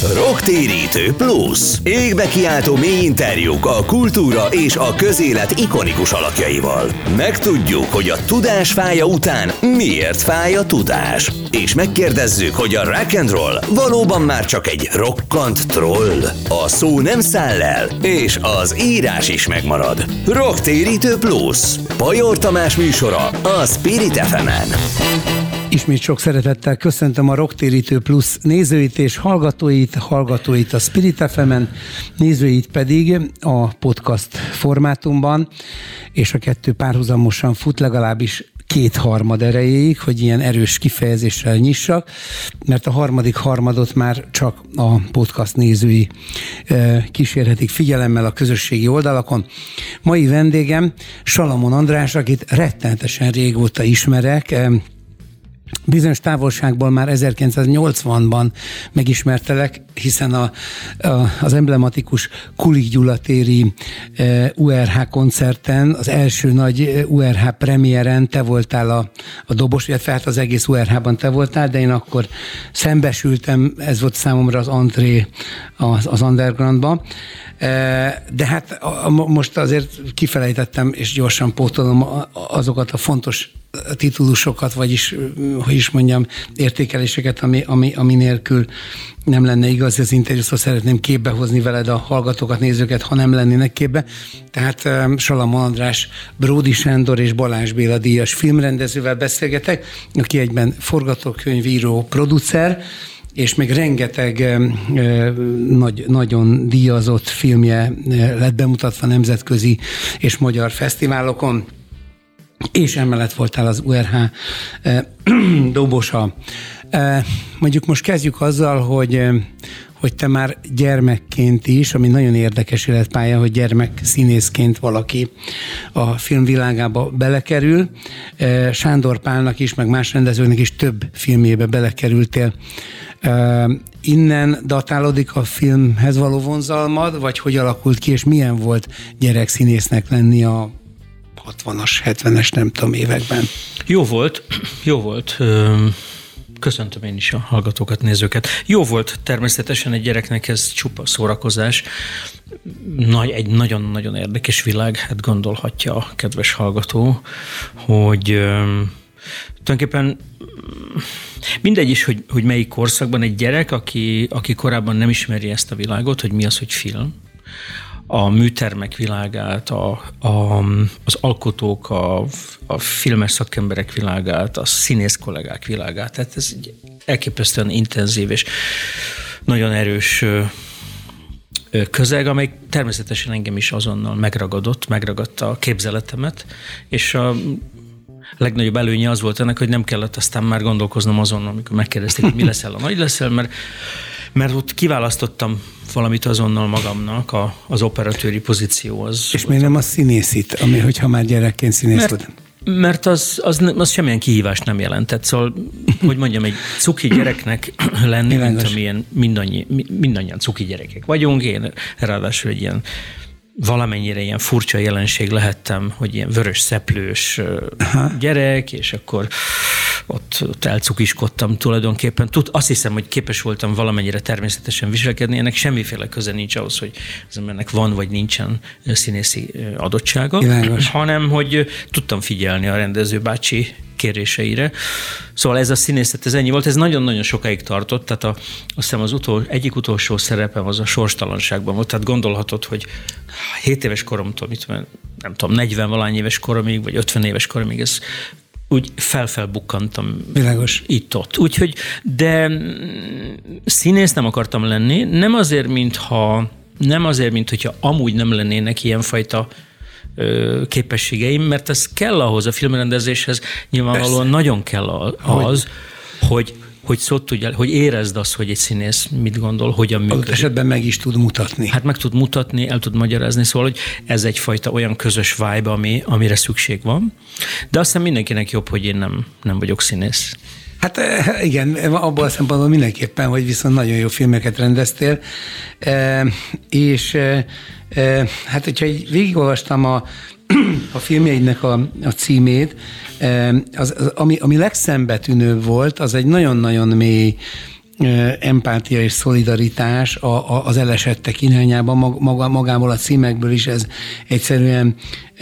Rocktérítő Plus. Égbe kiáltó mély interjúk a kultúra és a közélet ikonikus alakjaival. Megtudjuk, hogy a tudás fája után miért fáj a tudás. És megkérdezzük, hogy a rock and roll valóban már csak egy rokkant troll. A szó nem száll el, és az írás is megmarad. Rocktérítő Plus. Pajor Tamás műsora a Spirit FM-en. Ismét sok szeretettel köszöntöm a Rocktérítő Plus nézőit és hallgatóit a Spirit FM-en, nézőit pedig a podcast formátumban, és a kettő párhuzamosan fut, legalábbis 2/3 erejéig, hogy ilyen erős kifejezéssel nyissak, mert a harmadik harmadot már csak a podcast nézői kísérhetik figyelemmel a közösségi oldalakon. Mai vendégem Salamon András, akit rettenetesen régóta ismerek, bizonyos távolságból már 1980-ban megismertelek, hiszen az emblematikus Kulik Gyula téri URH koncerten, az első nagy URH premiéren te voltál a dobos, illetve hát az egész URH-ban te voltál, de én akkor szembesültem, ez volt számomra az entré az undergroundba. De hát most azért kifelejtettem, és gyorsan pótolom azokat a fontos titulusokat, vagyis, hogy is mondjam, értékeléseket, ami nélkül nem lenne igaz az interjú, szóval szeretném képbe hozni veled a hallgatókat, nézőket, ha nem lennének képbe. Tehát Salamon András, Bródi Sándor és Balázs Béla díjas filmrendezővel beszélgetek, aki egyben forgatókönyvíró, producer, és még rengeteg nagyon díjazott filmje lett bemutatva nemzetközi és magyar fesztiválokon, és emellett voltál az URH dobosa. Mondjuk most kezdjük azzal, hogy te már gyermekként is, ami nagyon érdekes életpálya, hogy gyermekszínészként valaki a filmvilágába belekerül. Sándor Pálnak is, meg más rendezőknek is több filmjébe belekerültél. Innen datálódik a filmhez való vonzalmad, vagy hogy alakult ki, és milyen volt gyerekszínésznek lenni a 60-as, 70-es, nem tudom, években? Jó volt. Köszöntöm én is a hallgatókat, nézőket. Jó volt, természetesen egy gyereknek ez csupa szórakozás. Egy nagyon-nagyon érdekes világ, hát gondolhatja a kedves hallgató, hogy tulajdonképpen mindegy is, hogy melyik korszakban egy gyerek, aki korábban nem ismeri ezt a világot, hogy mi az, hogy film, a műtermek világát, az alkotók, a filmes szakemberek világát, a színész kollégák világát. Tehát ez egy elképesztően intenzív és nagyon erős közeg, amely természetesen engem is azonnal megragadta a képzeletemet, és a legnagyobb előnye az volt ennek, hogy nem kellett aztán már gondolkoznom azonnal, amikor megkérdezték, hogy mi leszel, a nagy leszel, mert ott kiválasztottam valamit azonnal magamnak, az operatőri pozícióhoz. És miért nem a színészit, hogyha már gyerekként színész volt? Mert az semmilyen kihívást nem jelentett. Szóval, hogy mondjam, egy cuki gyereknek lenni, mint amilyen mindannyian cuki gyerekek vagyunk. Én ráadásul egy ilyen valamennyire ilyen furcsa jelenség lehettem, hogy ilyen vörös szeplős gyerek, és akkor ott elcukiskodtam tulajdonképpen. Azt hiszem, hogy képes voltam valamennyire természetesen viselkedni, ennek semmiféle köze nincs ahhoz, hogy az embernek van vagy nincsen színészi adottsága, hanem hogy tudtam figyelni a rendező bácsi kéréseire. Szóval ez a színészet, ez ennyi volt, ez nagyon-nagyon sokáig tartott, tehát azt hiszem az egyik utolsó szerepem az a Sorstalanságban volt, tehát gondolhatod, hogy 7 éves koromtól, nem tudom, 40-valány éves koromig, vagy 50 éves koromig ez úgy felbukkantam. Világos. Itt-ott. Úgyhogy, de színész nem akartam lenni, nem azért, hogyha amúgy nem lennének ilyenfajta képességeim, mert ez kell ahhoz a filmrendezéshez, nyilvánvalóan persze. Nagyon kell az, hogy szót tudjál, hogy érezd azt, hogy egy színész mit gondol, hogyan működik. Adott esetben meg is tud mutatni. Hát meg tud mutatni, el tud magyarázni, szóval, hogy ez egyfajta olyan közös vibe, amire szükség van. De azt hiszem mindenkinek jobb, hogy én nem vagyok színész. Hát igen, abból a szempontból mindenképpen, hogy viszont nagyon jó filmeket rendeztél, és hát hogyha így végigolvastam a filmjeidnek a címét, ami legszembetűnőbb volt, az egy nagyon-nagyon mély empátia és szolidaritás az elesettek irányában, magából a címekből is ez egyszerűen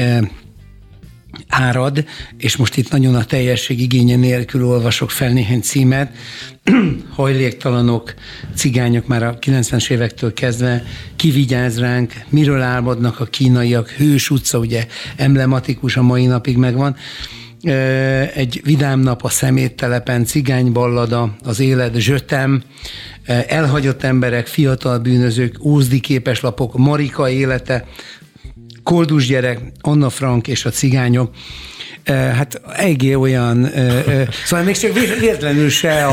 árad, és most itt nagyon a teljesség igénye nélkül olvasok fel néhány címet. Hajléktalanok, cigányok már a 90-es évektől kezdve, Ki vigyáz ránk, Miről álmodnak a kínaiak, Hős utca, ugye emblematikus, a mai napig megvan. Egy vidám nap a szeméttelepen, Cigányballada, Az élet, Zsötem, Elhagyott emberek, Fiatal bűnözők, Ózdi képeslapok, Marika élete, Koldus gyerek, Anna Frank és a cigányok. Hát eggé olyan, szóval még csak véletlenül se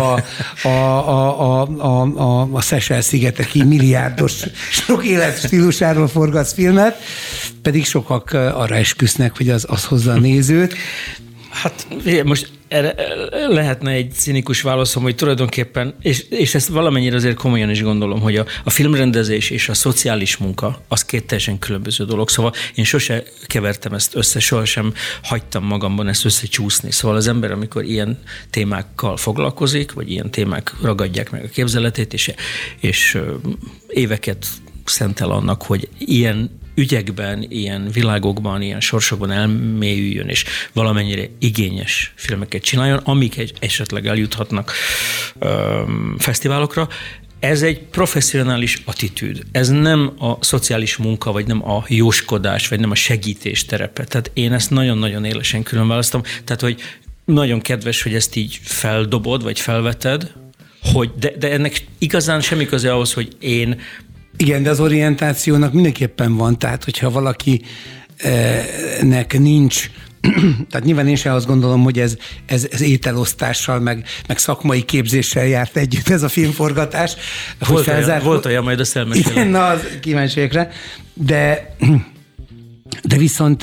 a Seychelle-szigeteki milliárdos sok életstílusáról forgatsz filmet, pedig sokak arra esküsznek, hogy az hozza a nézőt. Hát most erre lehetne egy cinikus válaszom, hogy tulajdonképpen, és ezt valamennyire azért komolyan is gondolom, hogy a filmrendezés és a szociális munka az két teljesen különböző dolog. Szóval én sose kevertem ezt össze, sohasem hagytam magamban ezt összecsúszni. Szóval az ember, amikor ilyen témákkal foglalkozik, vagy ilyen témák ragadják meg a képzeletét, és éveket szentel annak, hogy ilyen ügyekben, ilyen világokban, ilyen sorsokban elmélyüljön, és valamennyire igényes filmeket csináljon, amik esetleg eljuthatnak fesztiválokra. Ez egy professzionális attitűd. Ez nem a szociális munka, vagy nem a jóskodás, vagy nem a segítés terepe. Tehát én ezt nagyon-nagyon élesen különválasztom. Tehát, hogy nagyon kedves, hogy ezt így feldobod, vagy felveted, hogy de ennek igazán semmi köze ahhoz, hogy én... Igen, de az orientációnak mindenképpen van, tehát hogyha valakinek nincs, tehát nyilván én sem azt gondolom, hogy ez ételosztással, meg szakmai képzéssel járt együtt ez a filmforgatás. Volt olyan, majd azt elmesélem. Igen, na, az kíváncsiakra, de viszont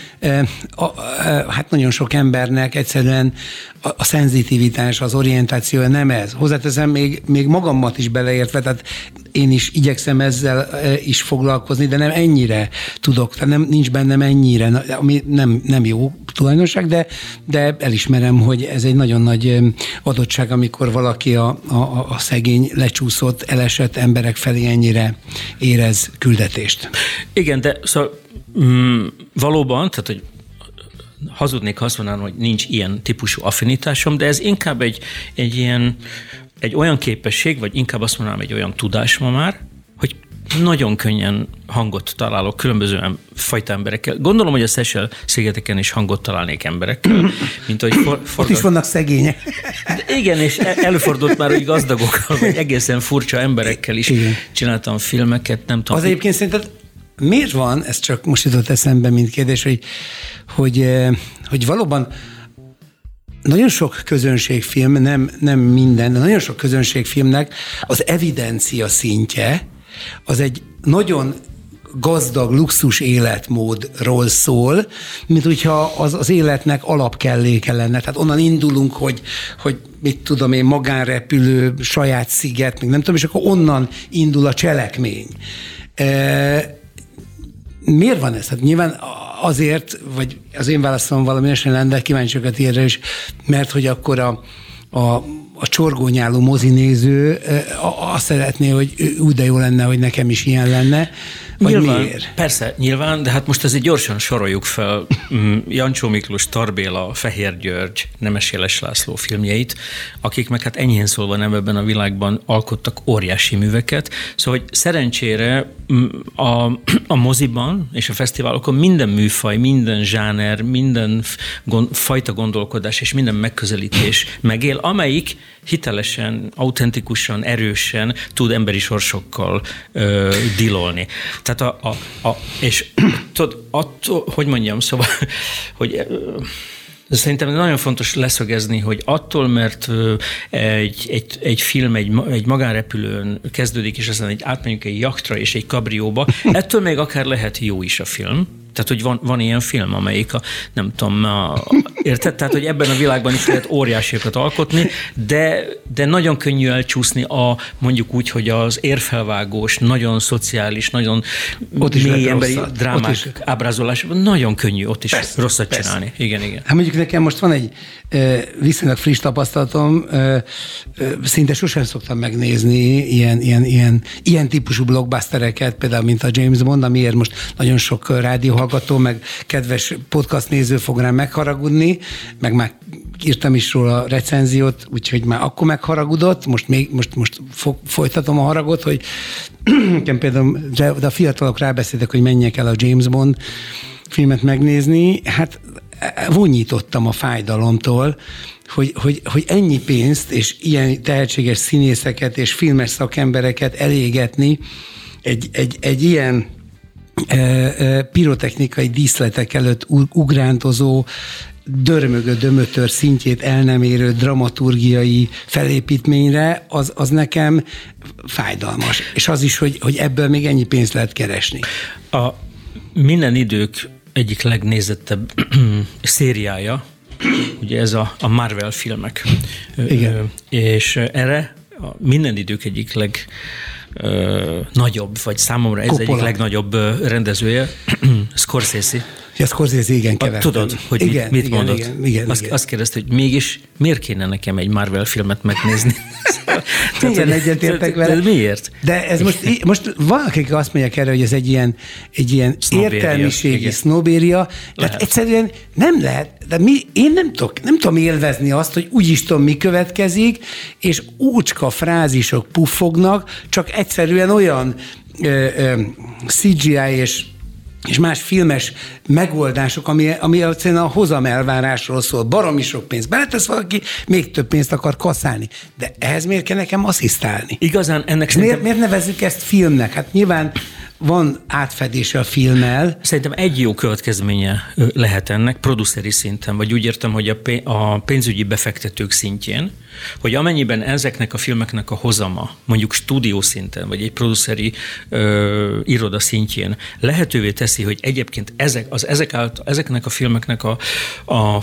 hát nagyon sok embernek egyszerűen a szenzitivitás, az orientációja nem ez. Hozzáteszem még magamat is beleértve, tehát én is igyekszem ezzel is foglalkozni, de nem ennyire tudok, tehát nincs bennem ennyire, ami nem jó tulajdonság, de elismerem, hogy ez egy nagyon nagy adottság, amikor valaki a szegény, lecsúszott, elesett emberek felé ennyire érez küldetést. Igen, de szóval valóban, tehát hogy hazudnék, ha azt mondanám, hogy nincs ilyen típusú affinitásom, de ez inkább egy olyan képesség, vagy inkább azt mondanám, egy olyan tudás ma már, hogy nagyon könnyen hangot találok különböző fajta emberekkel. Gondolom, hogy a Seychelle-szigeteken is hangot találnék emberekkel, mint hogy ott is vannak szegények. De igen, és előfordult már, hogy gazdagokkal, vagy egészen furcsa emberekkel is csináltam filmeket, nem tudom. Az egyébként szerinted miért van, ez csak most jutott eszembe, mint kérdés, hogy valóban nagyon sok közönségfilm, nem minden, de nagyon sok közönségfilmnek az evidencia szintje az egy nagyon gazdag, luxus életmódról szól, mint hogyha az életnek alapkelléke lenne. Tehát onnan indulunk, hogy mit tudom én, magánrepülő, saját sziget, még nem tudom, és akkor onnan indul a cselekmény. Miért van ez? Hát nyilván azért, vagy az én válaszom valami esetben lenne, de kíváncsiakat érre is, mert hogy akkor a csorgónyáló mozinéző azt szeretné, hogy úgy de jó lenne, hogy nekem is ilyen lenne. Vagy nyilván, miért? Persze, nyilván, de hát most azért gyorsan soroljuk fel Jancsó Miklós, Tar Béla, Fehér György, Nemes Jeles László filmjeit, akik meg hát enyhén szólva nem ebben a világban alkottak óriási műveket. Szóval, hogy szerencsére a moziban és a fesztiválokon minden műfaj, minden zsáner, minden fajta gondolkodás és minden megközelítés megél, amelyik hitelesen, autentikusan, erősen tud emberi sorsokkal dilolni. Tehát és tudod, attól, hogy mondjam, szóval, hogy szerintem nagyon fontos leszögezni, hogy attól, mert egy film egy magánrepülőn kezdődik, és aztán átmegyünk egy jachtra és egy kabrióba, ettől még akár lehet jó is a film, Tehát, hogy van ilyen film, amelyik nem tudom, érted? Tehát, hogy ebben a világban is lehet óriásiakat alkotni, de nagyon könnyű elcsúszni mondjuk úgy, hogy az érfelvágós, nagyon szociális, nagyon mély emberi drámák ábrázolásában nagyon könnyű ott is rosszat csinálni. Igen. Hát mondjuk nekem most van egy viszonylag friss tapasztalatom, szinte sosem szoktam megnézni ilyen típusú blockbustereket, például mint a James Bond, amiért most nagyon sok rádióhallgató, meg kedves podcast néző fog rám megharagudni, meg már írtam is róla recenziót, úgyhogy már akkor megharagudott, most folytatom a haragot, hogy például de a fiatalok rábeszéltek, hogy menjek el a James Bond filmet megnézni, hát vonyítottam a fájdalomtól, hogy ennyi pénzt és ilyen tehetséges színészeket és filmes szakembereket elégetni egy ilyen pirotechnikai díszletek előtt ugrántozó, dörmögő dömötör szintjét el nem érő dramaturgiai felépítményre, az nekem fájdalmas. És az is, hogy ebből még ennyi pénzt lehet keresni. A minden idők egyik legnézettebb szériája, ugye ez a Marvel filmek. Igen. És erre a minden idők egyik nagyobb, vagy számomra ez egyik legnagyobb rendezője, Scorsese. Ja, Scorsese, igen, kevertem. Tudod, hogy mit mondott? Igen. Azt kérdezte, hogy mégis miért kéne nekem egy Marvel filmet megnézni? Igen, egyetértek vele. Miért? De ez most valakik azt mondják erre, hogy ez egy ilyen értelmiségi sznobéria. Tehát egyszerűen nem lehet, de én nem tudom élvezni azt, hogy úgyis tudom, mi következik, és ócska frázisok puffognak, csak egyszerűen olyan CGI és más filmes megoldások, ami egyszerűen a hozamelvárásról szól. Baromi sok pénzt beletesz valaki, még több pénzt akar kaszálni. De ehhez miért kell nekem asszisztálni? Igazán ennek miért nevezzük ezt filmnek? Hát nyilván van átfedése a filmmel. Szerintem egy jó következménye lehet ennek produceri szinten, vagy úgy értem, hogy a pénzügyi befektetők szintjén, hogy amennyiben ezeknek a filmeknek a hozama, mondjuk stúdió szinten, vagy egy produceri iroda szintjén lehetővé teszi, hogy egyébként ezeknek a filmeknek a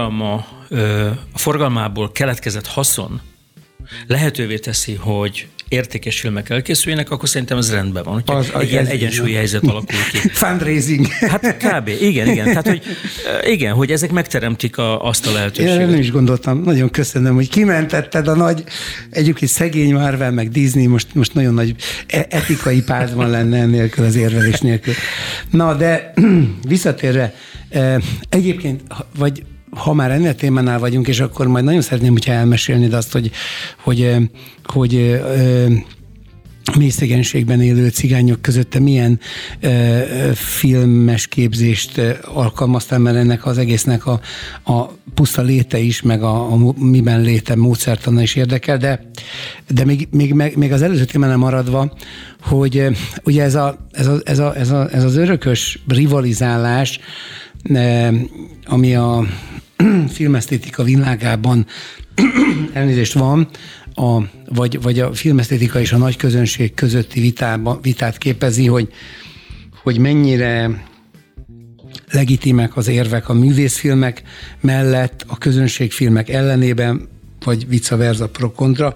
forgalmából keletkezett haszon lehetővé teszi, hogy értékes filmek elkészüljenek, akkor szerintem ez rendben van. Egy ilyen egyensúlyi helyzet alakul ki. Fundraising. Hát kb. Igen. Tehát, hogy ezek megteremtik azt a lehetőséget. Én nem is gondoltam. Nagyon köszönöm, hogy kimentetted a nagy, egyébként szegény Marvel, meg Disney most nagyon nagy etikai pártban lenne ennélkül, az érvelés nélkül. Na, de visszatérve, egyébként, vagy ha már ennél témánál vagyunk, és akkor majd nagyon szeretném, hogyha elmesélnéd azt, hogy mélyszegénységben élő cigányok között milyen filmes képzést alkalmaztál, mert ennek az egésznek a puszta léte is, meg a miben léte módszertana is érdekel, de még az előző témánál maradva, hogy ugye ez az örökös rivalizálás, ami a filmesztétika világában elnézést van, vagy a filmesztétika és a nagy közönség közötti vitát képezi, hogy mennyire legitimek az érvek a művészfilmek mellett, a közönségfilmek ellenében, vagy vice versa pro kontra.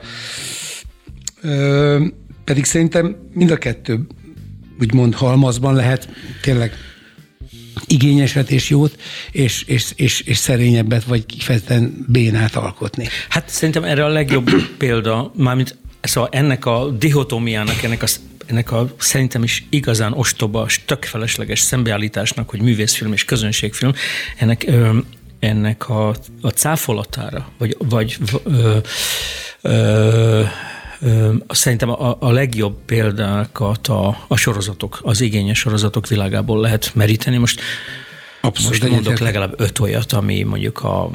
Pedig szerintem mind a kettő úgymond halmazban lehet tényleg igényeset és jót, és szerényebbet, vagy kifejezetten bénát alkotni. Hát szerintem erre a legjobb példa, mármint szóval ennek a dihotómiának, ennek a szerintem is igazán ostoba, tök felesleges szembeállításnak, hogy művészfilm és közönségfilm, ennek a cáfolatára, szerintem a legjobb példákat a sorozatok, az igényes sorozatok világából lehet meríteni. Most mondok legalább 5 olyat, ami mondjuk a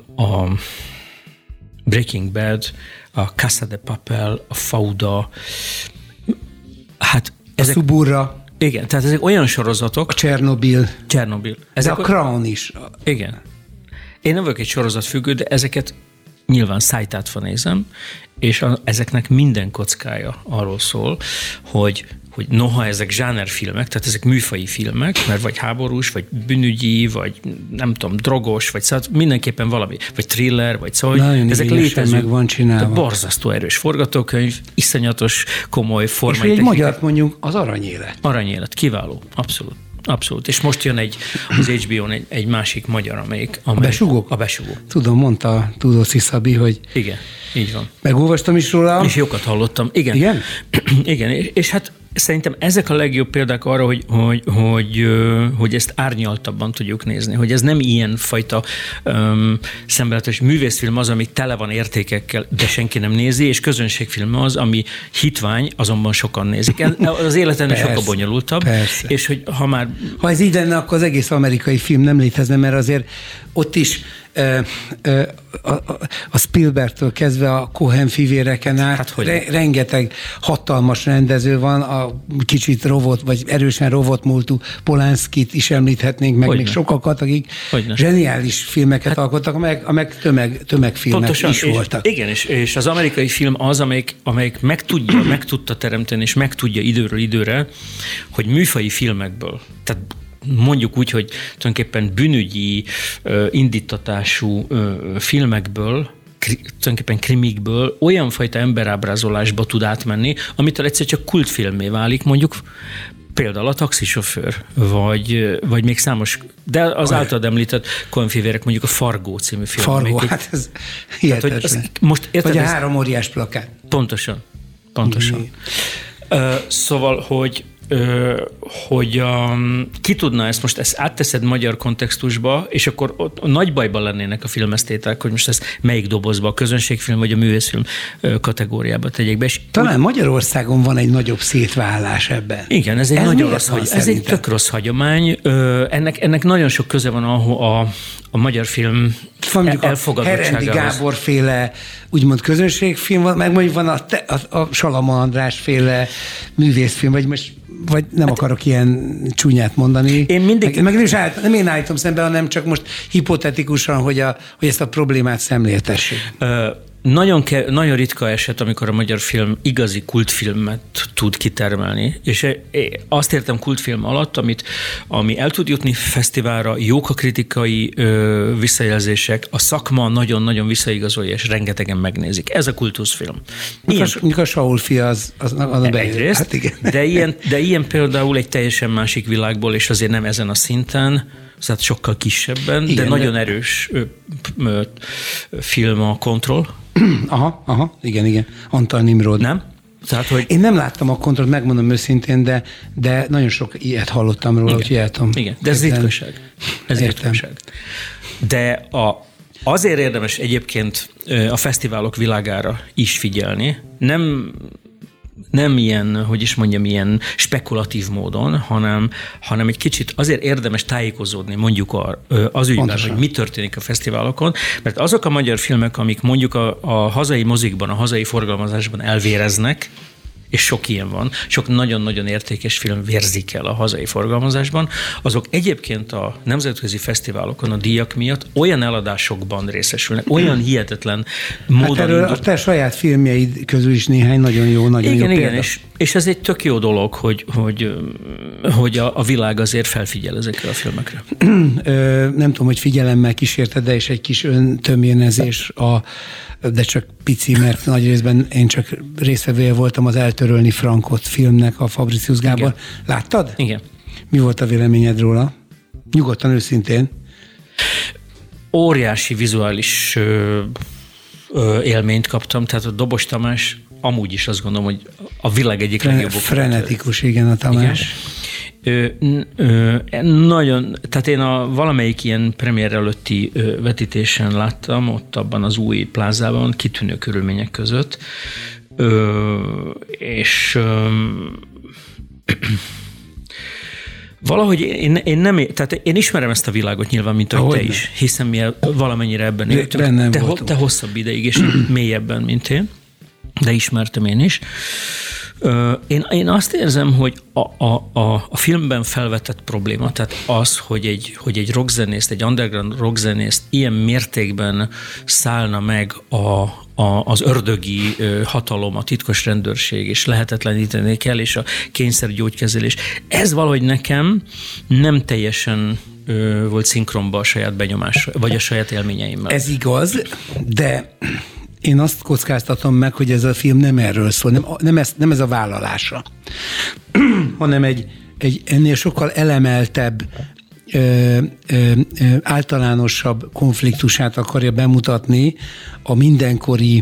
Breaking Bad, a Casa de Papel, a Fauda, hát ezek... A Suburra. Igen, tehát ezek olyan sorozatok. A Csernobil. Ezek a Crown is. Igen. Én nem vagyok egy sorozatfüggő, de ezeket nyilván szájtátva nézem, és ezeknek minden kockája arról szól, hogy noha ezek zsánerfilmek, tehát ezek műfaji filmek, mert vagy háborús, vagy bűnügyi, vagy nem tudom, drogos, vagy szóval mindenképpen valami, vagy thriller, vagy szóval, nagyon ezek létező. meg van csinálva. Borzasztó erős forgatókönyv, iszonyatos, komoly formai. És egy magyart mondjuk, az Aranyélet. Aranyélet, kiváló, abszolút. Abszolút. És most jön az HBO-n egy másik magyar, amelyik a Besugók? A Besugó. Tudom, mondta Tudószi Szabi, hogy... Igen, így van. Megolvastam is róla. És jókat hallottam. Igen. Igen? Igen, és hát szerintem ezek a legjobb példák arra, hogy ezt árnyaltabban tudjuk nézni, hogy ez nem ilyen fajta szemléletes művészfilm az, ami tele van értékekkel, de senki nem nézi, és közönségfilm az, ami hitvány, azonban sokan nézik. Az életen sokkal bonyolultabb. Persze. És hogy ha ez így lenne, akkor az egész amerikai film nem létezne, mert azért ott is a Spielbergtől kezdve a Coen fivéreken át rengeteg hatalmas rendező van, a kicsit vagy erősen robotmúltú Polanskit is említhetnénk, meg még sokakat, akik zseniális filmeket alkottak, amelyek tömegfilmek pontosan, is voltak. Igen, és az amerikai film az, amelyik meg tudta teremteni, és meg tudja időről időre, hogy műfaji filmekből, tehát mondjuk úgy, hogy tulajdonképpen bűnügyi indítatású filmekből, tulajdonképpen krimikből olyan fajta emberábrázolásba tud átmenni, amitől egyszer csak kultfilmé válik, mondjuk például a Taxisofőr, vagy még számos, de az általad említett Coen-fivérek, mondjuk a Fargo című film. Fargo, hát ez hihetetlen. Vagy a 3 óriás plakát. Pontosan. Szóval, hogy ki tudna ezt átteszed magyar kontextusba, és akkor ott nagy bajban lennének a filmesztéták, hogy most ezt melyik dobozba, a közönségfilm vagy a művészfilm kategóriába tegyék be. És talán Magyarországon van egy nagyobb szétválás ebben. Igen, ez egy tök rossz hagyomány. Ennek nagyon sok köze van a magyar film elfogadottságához. Herendi Gábor féle úgymond közönségfilm, meg mondjuk van a Salamon András féle művészfilm, vagy nem akarok ilyen csúnyát mondani. Én mindig... Nem én állítom szembe, hanem csak most hipotetikusan, hogy ezt a problémát szemléltessük. Nagyon ritka eset, amikor a magyar film igazi kultfilmet tud kitermelni, és azt értem kultfilm alatt, ami el tud jutni fesztiválra, jók a kritikai visszajelzések, a szakma nagyon-nagyon visszaigazolja, és rengetegen megnézik. Ez a kultuszfilm. Mikor a Saul fia az egyrészt, hát igen. De ilyen például egy teljesen másik világból, és azért nem ezen a szinten, tehát sokkal kisebben, igen, de nagyon erős film a Control. Aha, igen. Antal Nimrod. Nem? Tehát, hogy... Én nem láttam a Controlt, megmondom őszintén, de nagyon sok ilyet hallottam róla, úgyhogy el tudom. Igen, de ez ritkaság. De azért érdemes egyébként a fesztiválok világára is figyelni. Nem ilyen, ilyen spekulatív módon, hanem egy kicsit azért érdemes tájékozódni mondjuk az ügyben, hogy mi történik a fesztiválokon, mert azok a magyar filmek, amik mondjuk a hazai mozikban, a hazai forgalmazásban elvéreznek, és sok ilyen van, sok nagyon-nagyon értékes film vérzik el a hazai forgalmazásban, azok egyébként a nemzetközi fesztiválokon a díjak miatt olyan eladásokban részesülnek, olyan hihetetlen módon... Hát erről a te saját filmjeid közül is néhány nagyon jó példa. Igen, és ez egy tök jó dolog, hogy a világ azért felfigyel ezekre a filmekre. Nem tudom, hogy figyelemmel kísérted, de és egy kis öntömjénezés de csak pici, mert nagy részben én csak résztvevője voltam az Eltörölni Frankot filmnek, a Fabricius Gábor. Igen. Láttad? Igen. Mi volt a véleményed róla? Nyugodtan, őszintén. Óriási vizuális élményt kaptam, tehát a Dobos Tamás amúgy is azt gondolom, hogy a világ egyik legjobb. Frenetikus, igen, a Tamás. Nagyon, tehát én valamelyik ilyen premier előtti vetítésen láttam, ott abban az új plázában, kitűnő körülmények között, és valahogy tehát én ismerem ezt a világot nyilván, mint ahogy te is, hiszen mi valamennyire ebben éltünk. Te hosszabb ideig és mélyebben, mint én, de ismertem én is. Én azt érzem, hogy a filmben felvetett probléma, tehát az, hogy egy rockzenészt, egy underground rockzenészt ilyen mértékben szállna meg az ördögi hatalom, a titkos rendőrség, és lehetetleníteni kell, és a kényszergyógykezelés. Ez valahogy nekem nem teljesen volt szinkronba a saját benyomás, vagy a saját élményeimmel. Ez igaz, de én azt kockáztatom meg, hogy ez a film nem erről szól, nem ez a vállalása, hanem egy ennél sokkal elemeltebb, általánosabb konfliktusát akarja bemutatni a mindenkori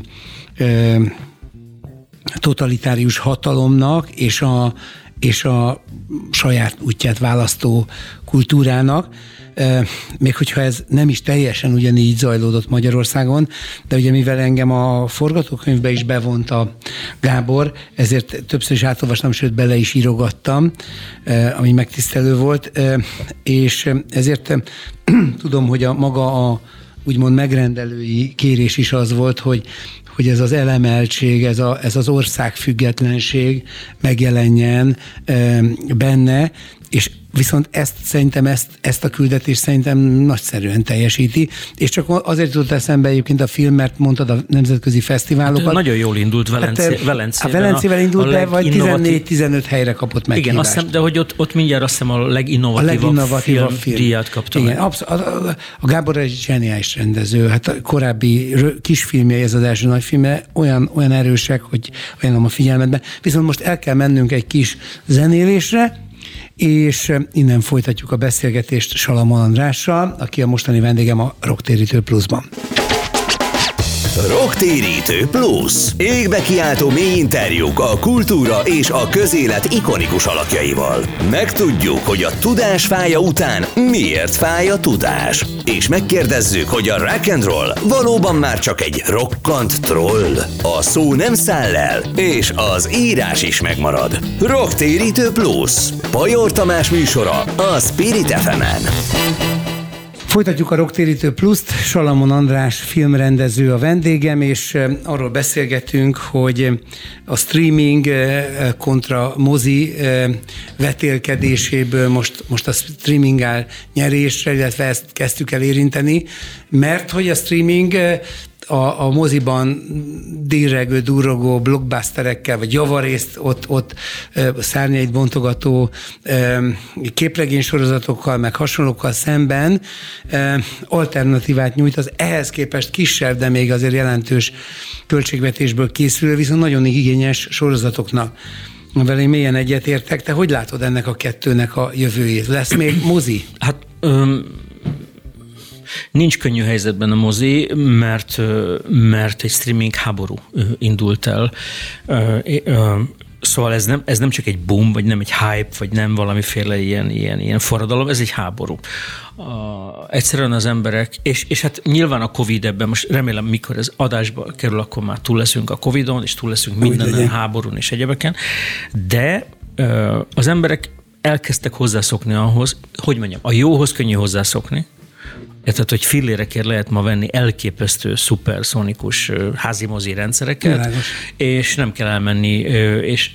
totalitárius hatalomnak és a saját útját választó kultúrának, még hogyha ez nem is teljesen ugyanígy zajlódott Magyarországon, de ugye mivel engem a forgatókönyvbe is bevont a Gábor, ezért többször is átolvastam, sőt bele is írogattam, ami megtisztelő volt, és ezért tudom, hogy maga úgymond megrendelői kérés is az volt, hogy ez az elemeltség, ez az országfüggetlenség megjelenjen benne, és viszont ezt a küldetést szerintem nagyszerűen teljesíti, és csak azért jutott eszembe egyébként a film, mert mondtad a nemzetközi fesztiválokat. Hát nagyon jól indult Velencében. Velencével indult, de vagy 14-15 helyre kapott meghívást. Igen, azt hiszem, de hogy ott mindjárt azt hiszem a leginnovatívabb film díjat kapta. Igen, a Gábor egy zseniális rendező, hát a korábbi kisfilmje, ez az első nagyfilmje, olyan erősek, hogy ajánlom a figyelmetben. Viszont most el kell mennünk egy kis zenélésre, és innen folytatjuk a beszélgetést Salamon Andrással, aki a mostani vendégem a Rocktérítő Pluszban. Rocktérítő Plusz. Égbe kiáltó mély interjúk a kultúra és a közélet ikonikus alakjaival. Megtudjuk, hogy a tudás fája után miért fáj a tudás. És megkérdezzük, hogy a rock and roll valóban már csak egy rokkant troll. A szó nem száll el, és az írás is megmarad. Rocktérítő Plusz. Pajor Tamás műsora a Spirit FM-en. Folytatjuk a Rocktérítő Pluszt, Salamon András filmrendező a vendégem, és arról beszélgetünk, hogy a streaming kontra mozi vetélkedéséből most a streaming áll nyerésre, illetve ezt kezdtük el érinteni, mert hogy a streaming a moziban dírregő, durrogó blockbusterekkel, vagy javarészt ott szárnyait bontogató képregénysorozatokkal, meg hasonlókkal szemben alternatívát nyújt az ehhez képest kisebb, de még azért jelentős költségvetésből készülő, viszont nagyon igényes sorozatoknak. Amivel én mélyen egyetértek. Te hogy látod ennek a kettőnek a jövőjét? Lesz még mozi? Hát nincs könnyű helyzetben a mozi, mert egy streaming háború indult el. Szóval ez nem csak egy boom, vagy nem egy hype, vagy nem valamiféle ilyen forradalom, ez egy háború. Egyszerűen az emberek, és hát nyilván a Covid ebben, most remélem, mikor ez adásba kerül, akkor már túl leszünk a Covidon, és túl leszünk minden a háborún és egyebeken, de az emberek elkezdtek hozzászokni ahhoz, hogy mondjam, a jóhoz könnyű hozzászokni, tehát, hogy fillérekért lehet ma venni elképesztő, szuperszonikus házimozi rendszereket, és nem kell elmenni, és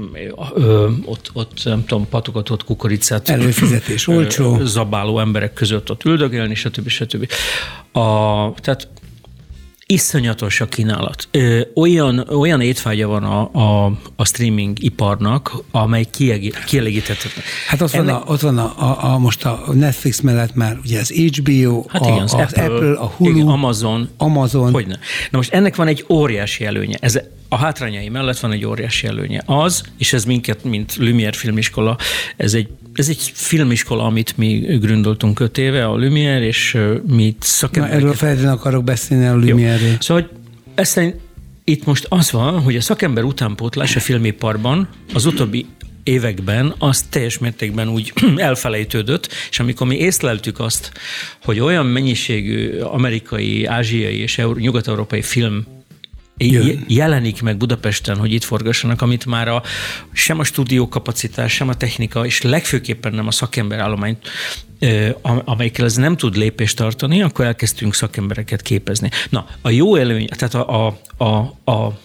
ott nem tudom, patogatott kukoricát előfizetés olcsó, zabáló emberek között ott üldögélni, stb. Tehát iszonyatos a kínálat. Olyan étvágya van a streaming iparnak, amely kielégíthetetlen. Hát ott van most a Netflix mellett már ugye az HBO, hát igen, az Apple, a Hulu, igen, Amazon. Hogyne. Na most ennek van egy óriási előnye. A hátrányai mellett van egy óriási előnye. És ez minket, mint Lumière filmiskola, ez egy filmiskola, amit mi gründoltunk 5 éve, a Lumière, és mi szakembereket... Erről feltétlenül akarok beszélni a Lumière-ről. Szóval itt most az van, hogy a szakember utánpótlás a filmiparban az utóbbi években az teljes mértékben úgy elfelejtődött, és amikor mi észleltük azt, hogy olyan mennyiségű amerikai, ázsiai és nyugat-európai film jelenik meg Budapesten, hogy itt forgassanak, amit már sem a stúdiókapacitás, sem a technika, és legfőképpen nem a szakemberállomány, amelyikkel ez nem tud lépést tartani, akkor elkezdtünk szakembereket képezni. Na, a jó előny, tehát a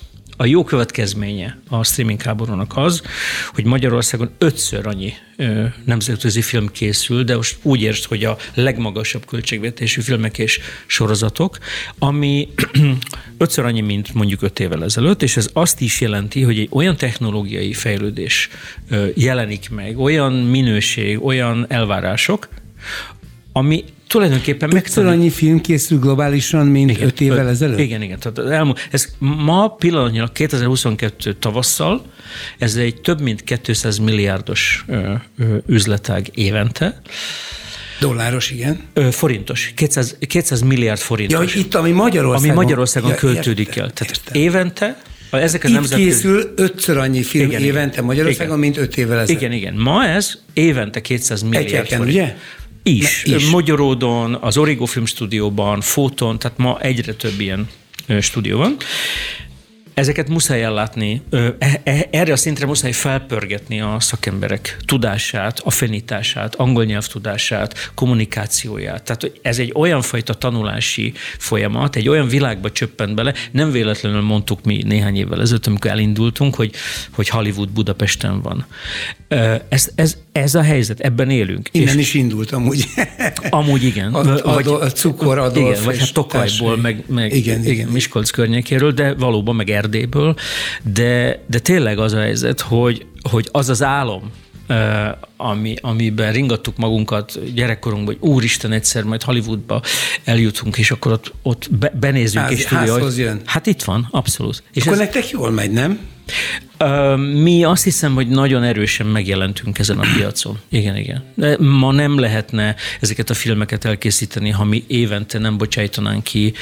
A jó következménye a streaming háborúnak az, hogy Magyarországon 5-ször annyi nemzetközi film készül, de most úgy értsd, hogy a legmagasabb költségvetésű filmek és sorozatok, ami 5-ször annyi, mint mondjuk 5 évvel ezelőtt, és ez azt is jelenti, hogy egy olyan technológiai fejlődés jelenik meg, olyan minőség, olyan elvárások, ami tulajdonképpen megszor annyi film készül globálisan, mint 5 évvel ezelőtt? Igen. Tehát ez ma pillanatnyilag 2022 tavasszal, ez egy több mint 200 milliárdos üzletág évente. Dolláros, igen. Forintos. 200 milliárd forintos. Ja, hogy itt, ami Magyarországon költődik el. Tehát évente itt készül 5-ször annyi film évente Magyarországon, mint 5 évvel ezelőtt. Igen. Ma ez évente 200 milliárd forint. Ugye? Is. Magyaródon, az Origo Film Stúdióban, Fóton, tehát ma egyre több ilyen stúdió van. Ezeket muszáj ellátni, erre a szintre muszáj felpörgetni a szakemberek tudását, affinitását, angol nyelvtudását, kommunikációját. Tehát ez egy olyan fajta tanulási folyamat, egy olyan világba csöppent bele, nem véletlenül mondtuk mi néhány évvel ezelőtt, amikor elindultunk, hogy Hollywood Budapesten van. Ez a helyzet, ebben élünk. Innen is indult amúgy. Amúgy igen. A Cukor Adolf. Igen, vagy hát Tokajból, meg igen, Miskolc környékéről, de valóban meg Erdélyből. De tényleg az a helyzet, hogy az az álom, amiben ringattuk magunkat gyerekkorunkban, hogy úristen, egyszer majd Hollywoodba eljutunk, és akkor ott benézünk. Házhoz jön. Hát itt van, abszolút. És akkor nektek jól megy, nem? Mi azt hiszem, hogy nagyon erősen megjelentünk ezen a piacon. Igen. De ma nem lehetne ezeket a filmeket elkészíteni, ha mi évente nem bocsájtanánk ki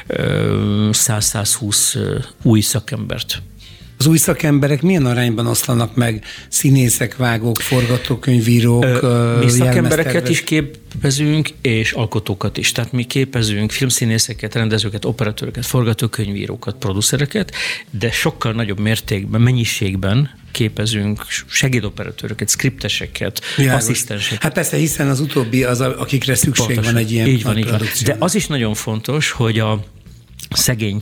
100-120 új szakembert. Az új szakemberek milyen arányban oszlanak meg? Színészek, vágók, forgatókönyvírók, mi szakembereket is képezünk, és alkotókat is. Tehát mi képezünk filmszínészeket, rendezőket, operatőröket, forgatókönyvírókat, producereket, de sokkal nagyobb mértékben, mennyiségben képezünk segédoperatőröket, skripteseket, asszisztenseket. Hát persze, hiszen az utóbbi az, akikre szükség pontosan. Van egy ilyen így van. produkció. De az is nagyon fontos, hogy a szegény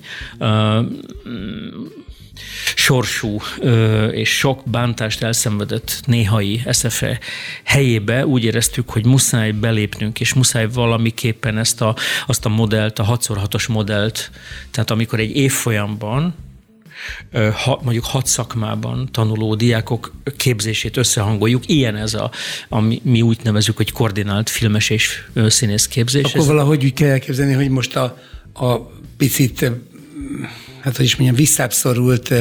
sorsú és sok bántást elszenvedett néhai SFE helyébe úgy éreztük, hogy muszáj belépnünk, és muszáj valamiképpen azt a modellt, a 6x6-os modellt, tehát amikor egy évfolyamban mondjuk 6 szakmában tanuló diákok képzését összehangoljuk. Ilyen ez mi úgy nevezzük, hogy koordinált filmes és színész képzés. Akkor valahogy úgy kell elképzelni, hogy most a picit, hát hogy is mondjam, visszábbszorult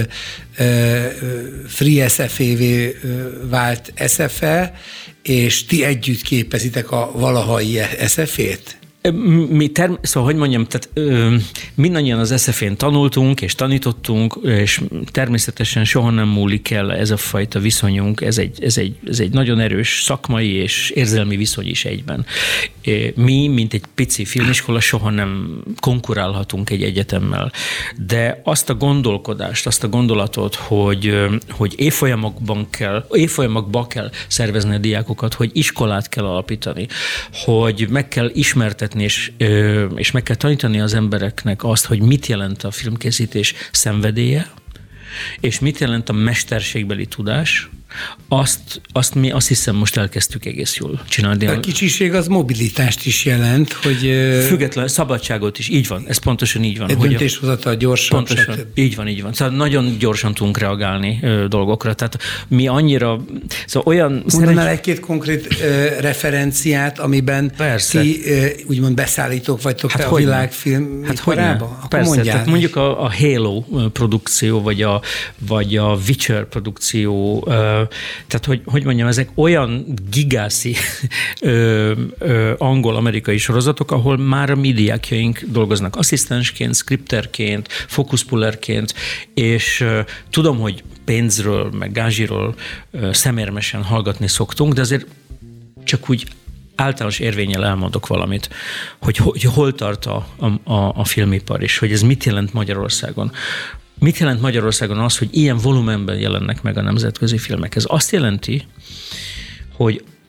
Free SFE-vé vált SFE, és ti együtt képezitek a valahai SFE-t? Szóval, hogy mondjam, tehát mindannyian az SFE-n tanultunk és tanítottunk, és természetesen soha nem múlik el ez a fajta viszonyunk, ez egy nagyon erős szakmai és érzelmi viszony is egyben. Mi, mint egy pici filmiskola, soha nem konkurálhatunk egy egyetemmel, de azt a gondolkodást, azt a gondolatot, hogy évfolyamokba kell szervezni a diákokat, hogy iskolát kell alapítani, hogy meg kell ismertetni és meg kell tanítani az embereknek azt, hogy mit jelent a filmkészítés szenvedélye, és mit jelent a mesterségbeli tudás, azt mi azt hiszem most elkezdtük egész jól csinálni. A kicsiség az mobilitást is jelent, hogy... Független szabadságot is, így van, ez pontosan így van. Egy döntéshozatal gyorsan. Pontosan, így van. Szóval nagyon gyorsan tudunk reagálni dolgokra, tehát mi annyira... Szóval olyan... Mondanál egy-két konkrét referenciát, amiben ti úgymond beszállítók vagytok a világfilm iparába? Persze, tehát mondjuk a Halo produkció, vagy a Witcher produkció, tehát hogy mondjam, ezek olyan gigászi angol-amerikai sorozatok, ahol már a mi diákjaink dolgoznak asszisztensként, skripterként, fókuszpullerként, és tudom, hogy pénzről, meg gázsiról szemérmesen hallgatni szoktunk, de azért csak úgy általános érvénnyel elmondok valamit, hogy hol tart a filmipar, és hogy ez mit jelent Magyarországon. Mit jelent Magyarországon az, hogy ilyen volumenben jelennek meg a nemzetközi filmek? Ez azt jelenti, hogy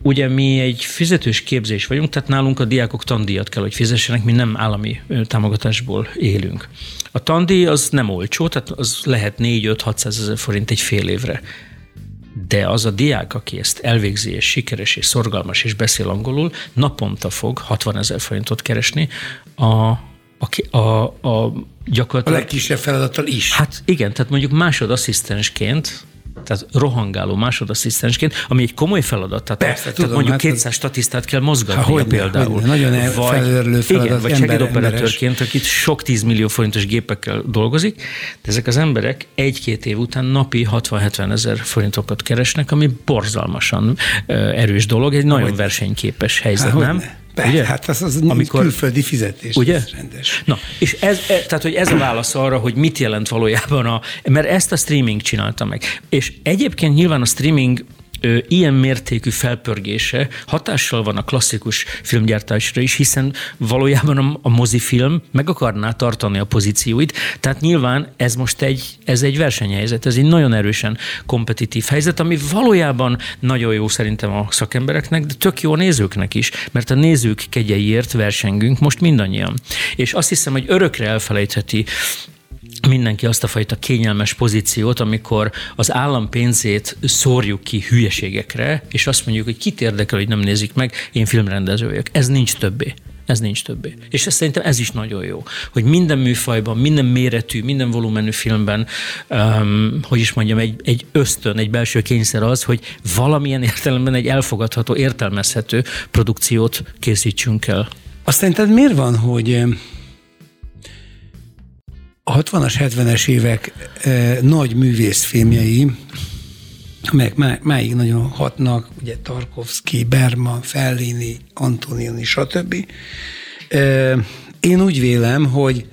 ugye mi egy fizetős képzés vagyunk, tehát nálunk a diákok tandíjat kell, hogy fizessenek, mi nem állami támogatásból élünk. A tandíj az nem olcsó, tehát az lehet 4-5-600 ezer forint egy fél évre. De az a diák, aki ezt elvégzi, és sikeres, és szorgalmas, és beszél angolul, naponta fog 60 ezer forintot keresni gyakorlatilag... A legkisebb feladattal is. Hát igen, tehát mondjuk másodasszisztensként, tehát rohangáló másodasszisztensként, ami egy komoly feladat. Tehát, persze, tudom, mondjuk hát 200 statisztát kell mozgatnia például. Hogyne. Nagyon felőrlő feladat. Igen, vagy segédoperatőrként, akit sok 10 millió forintos gépekkel dolgozik, de ezek az emberek 1-2 év után napi 60-70 ezer forintokat keresnek, ami borzalmasan erős dolog, egy nagyon versenyképes helyzet, nem? Ugye? Hát az amikor, külföldi fizetés. Ugye? Rendes. Na, és tehát, hogy ez a válasz arra, hogy mit jelent valójában mert ezt a streaming csinálta meg. És egyébként nyilván a streaming ilyen mértékű felpörgése hatással van a klasszikus filmgyártásra is, hiszen valójában a mozifilm meg akarná tartani a pozícióit, tehát nyilván ez egy versenyhelyzet, ez egy nagyon erősen kompetitív helyzet, ami valójában nagyon jó szerintem a szakembereknek, de tök jó a nézőknek is, mert a nézők kegyeiért versengünk most mindannyian. És azt hiszem, hogy örökre elfelejtheti mindenki azt a fajta kényelmes pozíciót, amikor az állam pénzét szórjuk ki hülyeségekre, és azt mondjuk, hogy kit érdekel, hogy nem nézik meg, én filmrendező vagyok. Ez nincs többé. És szerintem ez is nagyon jó, hogy minden műfajban, minden méretű, minden volumenű filmben, egy ösztön, egy belső kényszer az, hogy valamilyen értelemben egy elfogadható, értelmezhető produkciót készítsünk el. Azt szerinted miért van, hogy a 60-as, 70-es évek nagy művészfilmjei, amelyek máig nagyon hatnak, ugye Tarkovsky, Bergman, Fellini, Antonioni, stb. Én úgy vélem,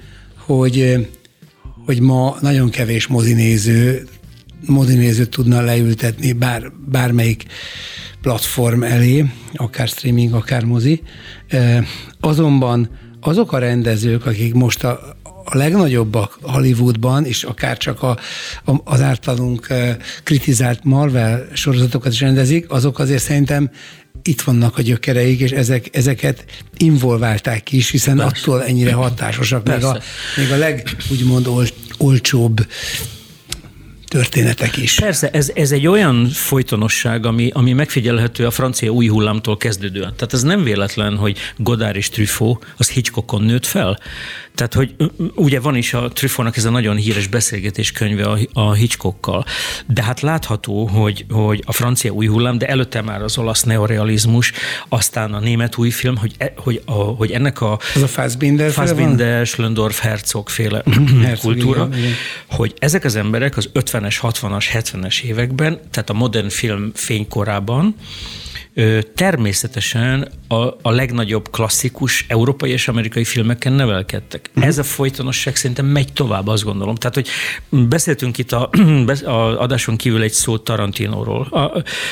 hogy ma nagyon kevés mozinézőt tudna leültetni bármelyik platform elé, akár streaming, akár mozi. Azonban azok a rendezők, akik most a legnagyobbak Hollywoodban, és akár csak az általunk kritizált Marvel sorozatokat is rendezik, azok azért szerintem itt vannak a gyökereik, és ezeket involválták is, hiszen persze, attól ennyire hatásosak, még a úgymond olcsóbb történetek is. Persze, ez egy olyan folytonosság, ami megfigyelhető a francia új hullámtól kezdődően. Tehát ez nem véletlen, hogy Godard és Truffaut az Hitchcockon nőtt fel. Tehát, hogy ugye van is a Truffautnak ez a nagyon híres beszélgetéskönyve a Hitchcockkal, de hát látható, hogy a francia új hullám, de előtte már az olasz neorealizmus, aztán a német új film, hogy ennek az a Fassbinder, Schlöndorff, Herzog féle kultúra, igen. Hogy ezek az emberek az 50-es, 60-as, 70-es években, tehát a modern film fénykorában természetesen a legnagyobb klasszikus európai és amerikai filmeken nevelkedtek. Ez a folytonosság szerintem megy tovább, azt gondolom. Tehát, hogy beszéltünk itt a adáson kívül egy szót Tarantinóról.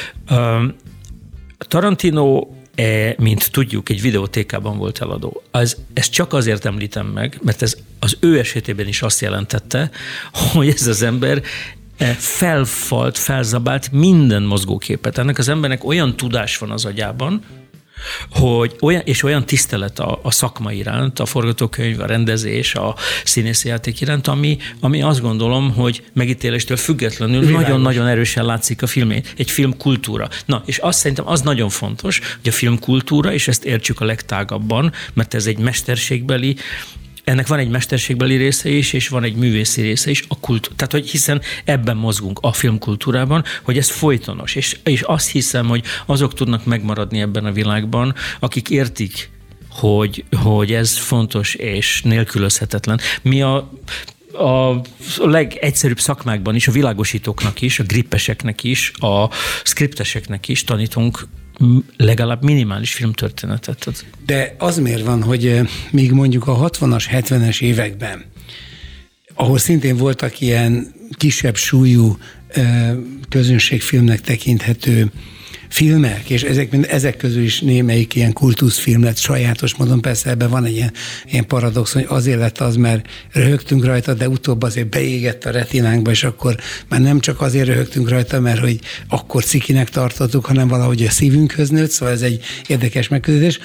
Tarantino, mint tudjuk, egy videótékában volt eladó. Ezt csak azért említem meg, mert ez az ő esetében is azt jelentette, hogy ez az ember felzabált minden mozgóképet. Ennek az embernek olyan tudás van az agyában, hogy olyan tisztelet a szakma iránt, a forgatókönyv, a rendezés, a színészi játék iránt, ami azt gondolom, hogy megítéléstől függetlenül nagyon-nagyon erősen látszik a filmén. Egy filmkultúra. Na, és azt szerintem az nagyon fontos, hogy a filmkultúra, és ezt értsük a legtágabban, mert ez egy mesterségbeli, ennek van egy mesterségbeli része is, és van egy művészi része is, tehát, hogy hiszen ebben mozgunk a filmkultúrában, hogy ez folytonos, és azt hiszem, hogy azok tudnak megmaradni ebben a világban, akik értik, hogy ez fontos és nélkülözhetetlen. Mi a legegyszerűbb szakmákban is, a világosítóknak is, a grippeseknek is, a skripteseknek is tanítunk legalább minimális filmtörténetet. De az miért van, hogy még mondjuk a 60-as, 70-es években, ahol szintén voltak ilyen kisebb súlyú közönségfilmnek tekinthető filmek, és ezek közül is némelyik ilyen kultuszfilm lett sajátos módon. Persze ebben van egy ilyen paradox, hogy azért lett az, mert röhögtünk rajta, de utóbb azért beégett a retinánkba, és akkor már nem csak azért röhögtünk rajta, mert hogy akkor cikinek tartottuk, hanem valahogy a szívünkhöz nőtt, szóval ez egy érdekes megközelítés,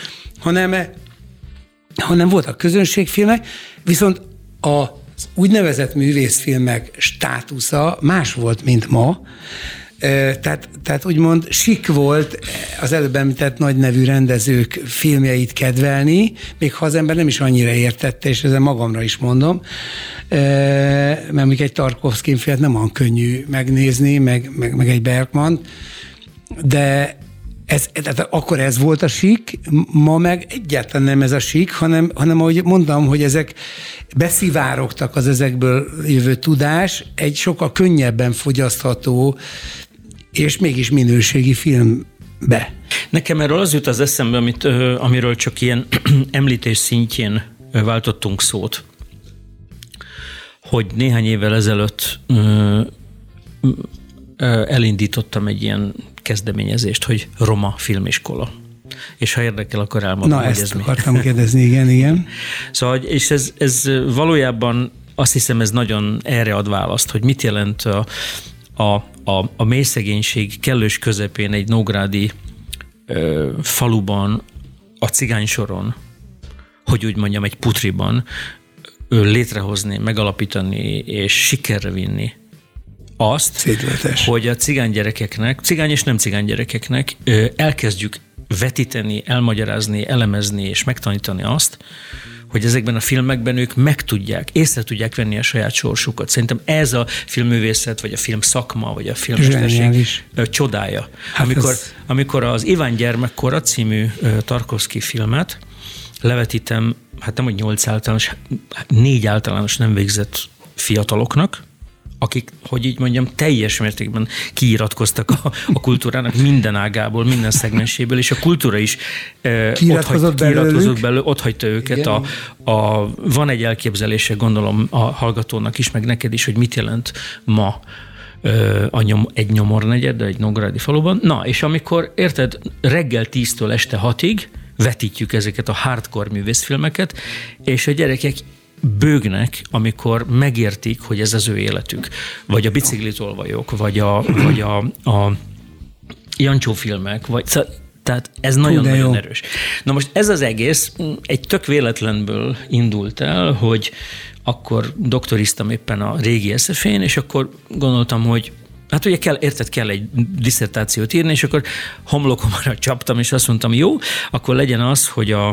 hanem voltak közönségfilmek, viszont az úgynevezett művészfilmek státusza más volt, mint ma. Tehát úgymond sik volt az előbb említett nagy nevű rendezők filmjeit kedvelni, még ha az ember nem is annyira értette, és ezen magamra is mondom, mert még egy Tarkovszky filmet nem olyan könnyű megnézni, meg egy Bergman, de tehát akkor ez volt a sík, ma meg egyáltalán nem ez a sík, hanem ahogy mondtam, hogy ezek beszivárogtak az ezekből jövő tudás egy sokkal könnyebben fogyasztható és mégis minőségi filmbe. Nekem erről az jut az eszembe, amiről csak ilyen említés szintjén váltottunk szót, hogy néhány évvel ezelőtt elindítottam egy ilyen kezdeményezést, hogy Roma filmiskola. És ha érdekel, akkor elmondom, hogy ezt akartam kérdezni, igen. Szóval, és ez valójában azt hiszem, ez nagyon erre ad választ, hogy mit jelent a mélyszegénység kellős közepén egy nógrádi faluban, a cigánysoron, hogy úgy mondjam, egy putriban létrehozni, megalapítani és sikerre vinni azt, szétletes, hogy a cigány és nem cigány gyerekeknek elkezdjük vetíteni, elmagyarázni, elemezni és megtanítani azt, hogy ezekben a filmekben ők észre tudják venni a saját sorsukat. Szerintem ez a filmművészet, vagy a film szakma, vagy a filmesterség csodája. Amikor az Iván gyermekkora című Tarkovszky filmet levetítem, hát nem, hogy 8 általános, 4 általános nem végzett fiataloknak, akik, hogy így mondjam, teljes mértékben kiiratkoztak a kultúrának minden ágából, minden szegmenséből, és a kultúra is kiiratkozott belőle, ott hagyta őket. Van egy elképzelése, gondolom a hallgatónak is, meg neked is, hogy mit jelent ma egy nyomornegyed, egy nógrádi faluban. Na, és amikor, érted, reggel 10-től este 6-ig vetítjük ezeket a hardcore művészfilmeket, és a gyerekek bőgnek, amikor megértik, hogy ez az ő életük. Vagy a biciklitolvajok, vagy a Jancsó filmek, tehát ez nagyon-nagyon erős. Na most ez az egész egy tök véletlenből indult el, hogy akkor doktoriztam éppen a régi SZF-én, és akkor gondoltam, hogy hát ugye kell egy disszertációt írni, és akkor homlokomra csaptam, és azt mondtam, jó, akkor legyen az,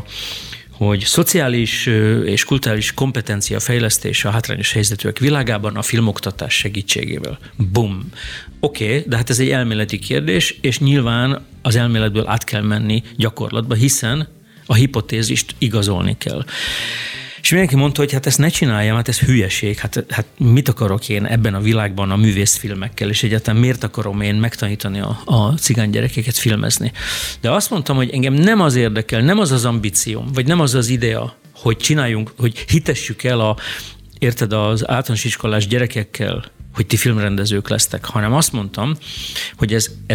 hogy szociális és kulturális kompetencia fejlesztés a hátrányos helyzetűek világában a filmoktatás segítségével. Bum. Oké, de hát ez egy elméleti kérdés, és nyilván az elméletből át kell menni gyakorlatba, hiszen a hipotézist igazolni kell. És mindenki mondta, hogy hát ezt ne csináljam, hát ez hülyeség, hát mit akarok én ebben a világban a művészfilmekkel, és egyáltalán miért akarom én megtanítani a cigány gyerekeket filmezni. De azt mondtam, hogy engem nem az érdekel, nem az az ambícióm, vagy nem az az idea, hogy csináljunk, hogy hitessük el érted, az általános iskolás gyerekekkel, hogy ti filmrendezők lesztek, hanem azt mondtam, hogy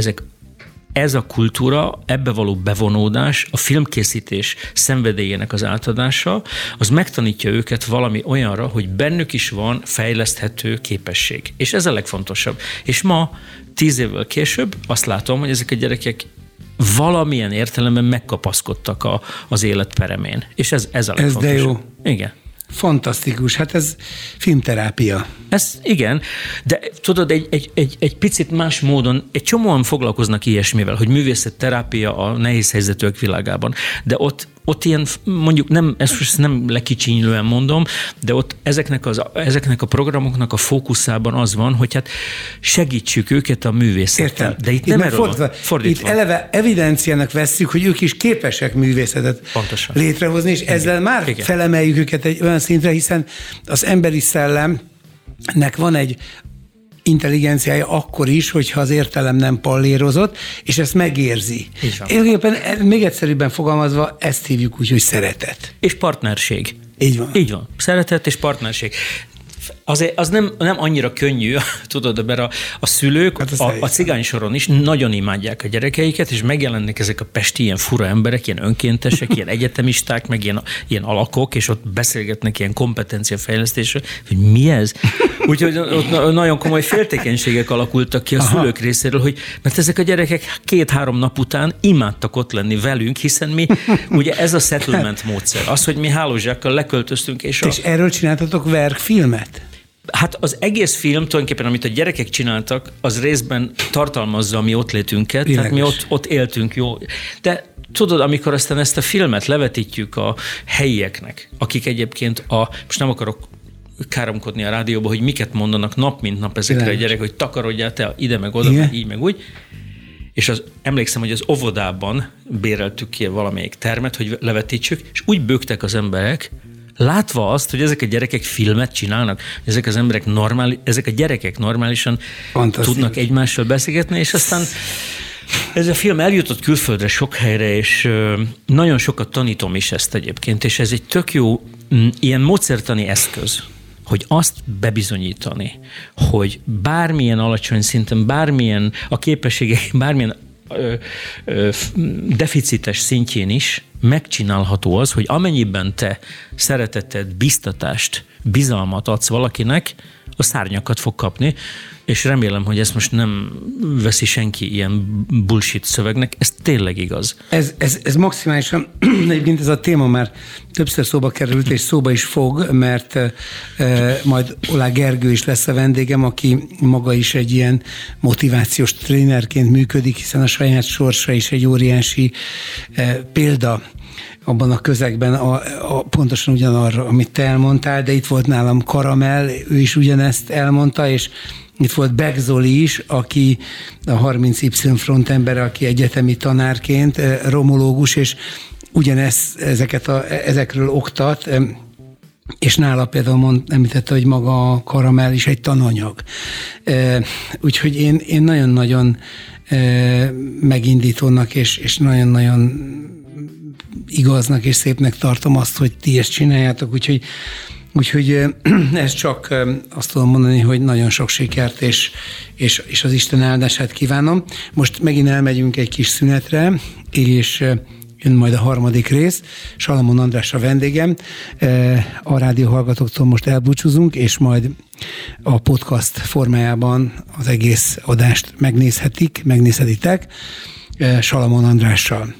ez a kultúra, ebbe való bevonódás, a filmkészítés szenvedélyének az átadása, az megtanítja őket valami olyanra, hogy bennük is van fejleszthető képesség. És ez a legfontosabb. És ma, 10 évvel később azt látom, hogy ezek a gyerekek valamilyen értelemben megkapaszkodtak az élet peremén. És ez a legfontosabb. Ez de jó. Igen. Fantasztikus, hát ez filmterápia. Ez igen, de tudod, egy picit más módon, egy csomóan foglalkoznak ilyesmivel, hogy művészetterápia a nehéz helyzetűek világában, de ott ilyen, mondjuk ezt nem lekicsinylően mondom, de ott ezeknek a programoknak a fókuszában az van, hogy hát segítsük őket a művészettel. Értem. De itt nem erről fordítva. Itt eleve evidenciának vesszük, hogy ők is képesek művészetet pontosan létrehozni, és ezzel már felemeljük őket egy olyan szintre, hiszen az emberi szellemnek van egy intelligenciája akkor is, hogyha az értelem nem pallérozott, és ezt megérzi. Még egyszerűbben fogalmazva, ezt hívjuk úgy, hogy szeretet. És partnerség. Így van. Így van. Szeretet és partnerség. az nem annyira könnyű, tudod, mert a szülők a cigány soron is nagyon imádják a gyerekeiket, és megjelennek ezek a pesti ilyen fura emberek, ilyen önkéntesek, ilyen egyetemisták, meg ilyen alakok, és ott beszélgetnek ilyen kompetenciafejlesztésről, hogy mi ez? Úgyhogy ott nagyon komoly féltékenységek alakultak ki a szülők részéről, hogy mert ezek a gyerekek 2-3 nap után imádtak ott lenni velünk, hiszen mi, ugye ez a settlement módszer, az, hogy mi hálózsákkal leköltöztünk. És erről csináltatok verkfilmet? Hát az egész film tulajdonképpen, amit a gyerekek csináltak, az részben tartalmazza a mi ott létünket, tehát mi ott éltünk, jó. De tudod, amikor aztán ezt a filmet levetítjük a helyieknek, akik egyébként most nem akarok káromkodni a rádióba, hogy miket mondanak nap mint nap ezekre a gyerekek, hogy takarodjál te ide meg oda, meg így meg úgy. És emlékszem, hogy az óvodában béreltük ki valamelyik termet, hogy levetítsük, és úgy bőgtek az emberek, látva azt, hogy ezek a gyerekek filmet csinálnak, ezek a gyerekek normálisan tudnak egymással beszélgetni, és aztán ez a film eljutott külföldre sok helyre, és nagyon sokat tanítom is ezt egyébként, és ez egy tök jó ilyen módszertani eszköz, hogy azt bebizonyítani, hogy bármilyen alacsony szinten, bármilyen a képességek, bármilyen deficites szintjén is megcsinálható az, hogy amennyiben te szeretetet, biztatást, bizalmat adsz valakinek, a szárnyakat fog kapni, és remélem, hogy ezt most nem veszi senki ilyen bullshit szövegnek, ez tényleg igaz. Ez maximálisan, egyébként ez a téma már többször szóba került, és szóba is fog, mert majd Olá Gergő is lesz a vendégem, aki maga is egy ilyen motivációs trénerként működik, hiszen a saját sorsa is egy óriási példa abban a közegben, pontosan ugyanarra, amit te elmondtál, de itt volt nálam Karamell, ő is ugyanezt elmondta, és itt volt Beck Zoli is, aki a 30Y frontembere, aki egyetemi tanárként, romológus, és ezekről oktat, és nála például említette, hogy maga a Karamell is egy tananyag. Úgyhogy én nagyon-nagyon megindítónak, és nagyon-nagyon igaznak és szépnek tartom azt, hogy ti ezt csináljátok, úgyhogy ez csak azt tudom mondani, hogy nagyon sok sikert és az Isten áldását kívánom. Most megint elmegyünk egy kis szünetre, és jön majd a harmadik rész. Salamon András a vendégem. A rádióhallgatóktól most elbúcsúzunk, és majd a podcast formájában az egész adást megnézhetitek Salamon Andrással.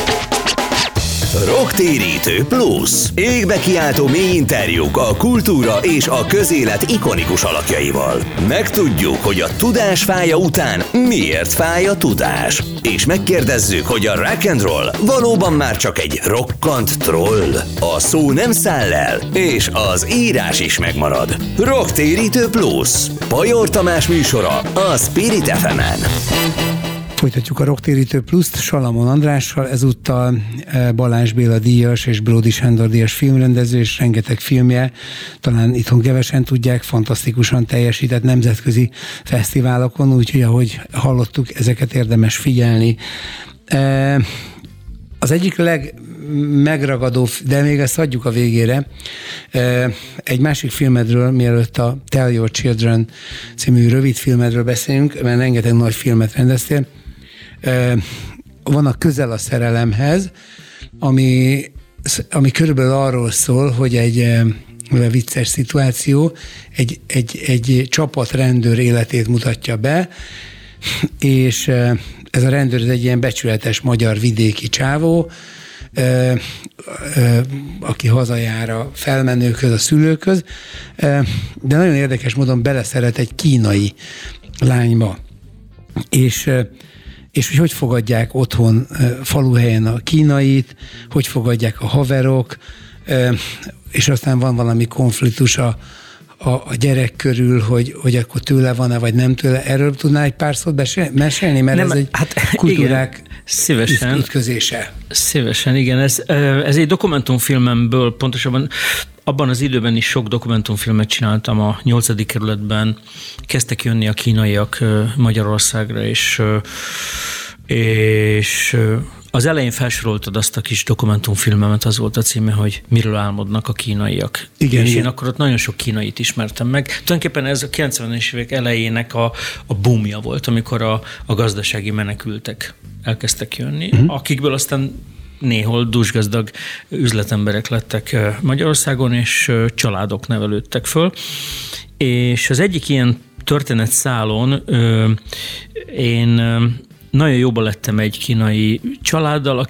Rocktérítő Plus. Égbe kiáltó mély interjúk a kultúra és a közélet ikonikus alakjaival. Megtudjuk, hogy a tudás fája után miért fáj a tudás. És megkérdezzük, hogy a rock and roll valóban már csak egy rokkant troll. A szó nem száll el, és az írás is megmarad. Rocktérítő Plus. Pajor Tamás műsora a Spirit FM-en. Folytatjuk a Rocktérítő Pluszt Salamon Andrással, ezúttal Balázs Béla díjas és Bródi Sándor díjas filmrendező, és rengeteg filmje, talán itthon kevesen tudják, fantasztikusan teljesített nemzetközi fesztiválokon, úgyhogy ahogy hallottuk, ezeket érdemes figyelni. Az egyik legmegragadó, de még ezt hagyjuk a végére, egy másik filmedről, mielőtt a Tell Your Children című rövid filmedről beszélünk, mert rengeteg nagy filmet rendeztél. Van a Közel a szerelemhez, ami körülbelül arról szól, hogy egy vicces szituáció, egy csapat rendőr életét mutatja be, és ez a rendőr egy ilyen becsületes magyar vidéki csávó, aki hazajár a felmenőkhöz, a szülőkhöz, de nagyon érdekes módon beleszeret egy kínai lányba. És hogy fogadják otthon faluhelyen a kínait, hogy fogadják a haverok, és aztán van valami konfliktus a gyerek körül, hogy akkor tőle van-e, vagy nem tőle. Erről tudnál egy pár szót mesélni? Mert nem, ez egy kultúrák ütközése. Szívesen, igen. Ez egy dokumentumfilmemből, pontosabban abban az időben is sok dokumentumfilmet csináltam a 8. kerületben. Kezdtek jönni a kínaiak Magyarországra, és Az elején felsoroltad azt a kis dokumentumfilmemet, az volt a címe, hogy Miről álmodnak a kínaiak. Igen, és igen. én akkor ott nagyon sok kínait ismertem meg. Tulajdonképpen ez a 90-es évek elejének a boomja volt, amikor a gazdasági menekültek elkezdtek jönni, akikből aztán néhol dúsgazdag üzletemberek lettek Magyarországon, és családok nevelődtek föl. És az egyik ilyen történetszálon én nagyon jóba lettem egy kínai családdal,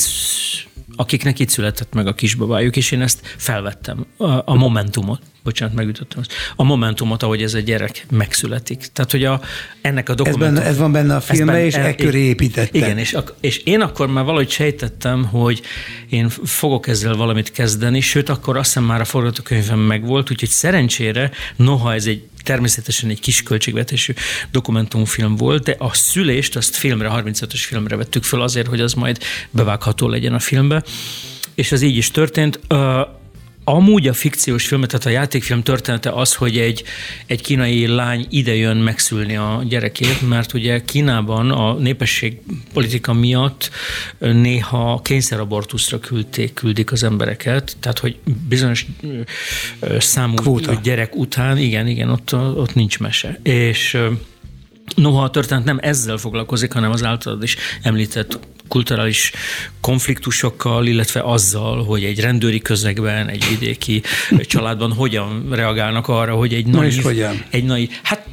akiknek itt született meg a kisbabájuk, és én ezt felvettem, a momentumot. Bocsánat, megütöttem ezt. A momentumot, ahogy ez a gyerek megszületik. Tehát, hogy ennek a dokumentum... Ez van benne a filmben, és ekköré építettem. Igen, és én akkor már valahogy sejtettem, hogy én fogok ezzel valamit kezdeni, sőt, akkor azt hiszem már a forgatókönyvem megvolt, úgyhogy szerencsére, noha ez természetesen egy kis költségvetésű dokumentumfilm volt, de a szülést, azt 35-ös filmre vettük föl azért, hogy az majd bevágható legyen a filmbe, és az így is történt. Amúgy a fikciós film, tehát a játékfilm története az, hogy egy kínai lány idejön megszülni a gyerekét, mert ugye Kínában a népességpolitika miatt néha kényszerabortuszra küldik az embereket, tehát hogy bizonyos számú kvóta gyerek után, igen, ott nincs mese. És noha a történet nem ezzel foglalkozik, hanem az általad is említett kulturális konfliktusokkal, illetve azzal, hogy egy rendőri közegben, egy vidéki családban hogyan reagálnak arra, hogy egy naiv, hát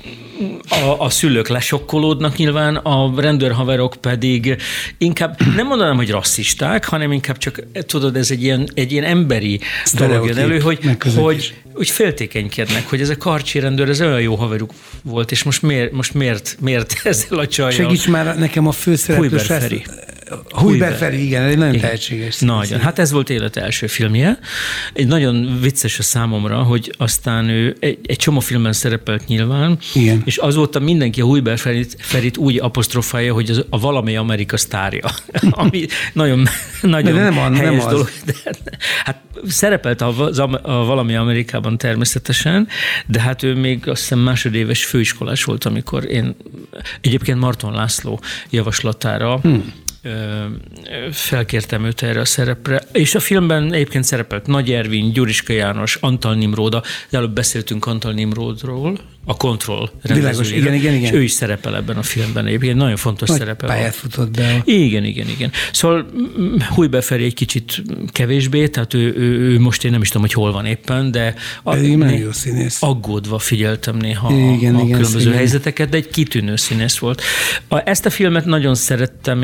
a szülők lesokkolódnak nyilván, a rendőrhaverok pedig inkább, nem mondanám, hogy rasszisták, hanem inkább csak, tudod, ez egy ilyen emberi dolog jön elő, hogy féltékenykednek, hogy ez a karcsi rendőr, ez olyan jó haveruk volt, és most miért ezzel a csajjal? Segíts már nekem a főszereplő. Hújber Feri, igen, egy nagyon tehetséges. Nagyon. Hát ez volt élet első filmje. Egy nagyon vicces a számomra, hogy aztán ő egy csomó filmben szerepelt nyilván, igen. És azóta mindenki a Hújber Ferit úgy apostrofálja, hogy a Valami Amerika sztárja. Ami nagyon helyes dolog. Hát szerepelt a Valami Amerikában természetesen, de hát ő még azt hiszem másodéves főiskolás volt, amikor én egyébként Marton László javaslatára felkértem őt erre a szerepre, és a filmben egyébként szerepelt Nagy Ervin, Gyuriska János, Antal Nimróda, de előbb beszéltünk Antal Nimródról, a Control rendezőjéről, igen. És ő is szerepel ebben a filmben, egyébként nagyon fontos szerepe. Pályát futott be. Igen. Szóval Hújber Feri egy kicsit kevésbé, tehát ő most én nem is tudom, hogy hol van éppen, de jó színész. Aggódva figyeltem néha a különböző helyzeteket, de egy kitűnő színész volt. Ezt a filmet nagyon szerettem,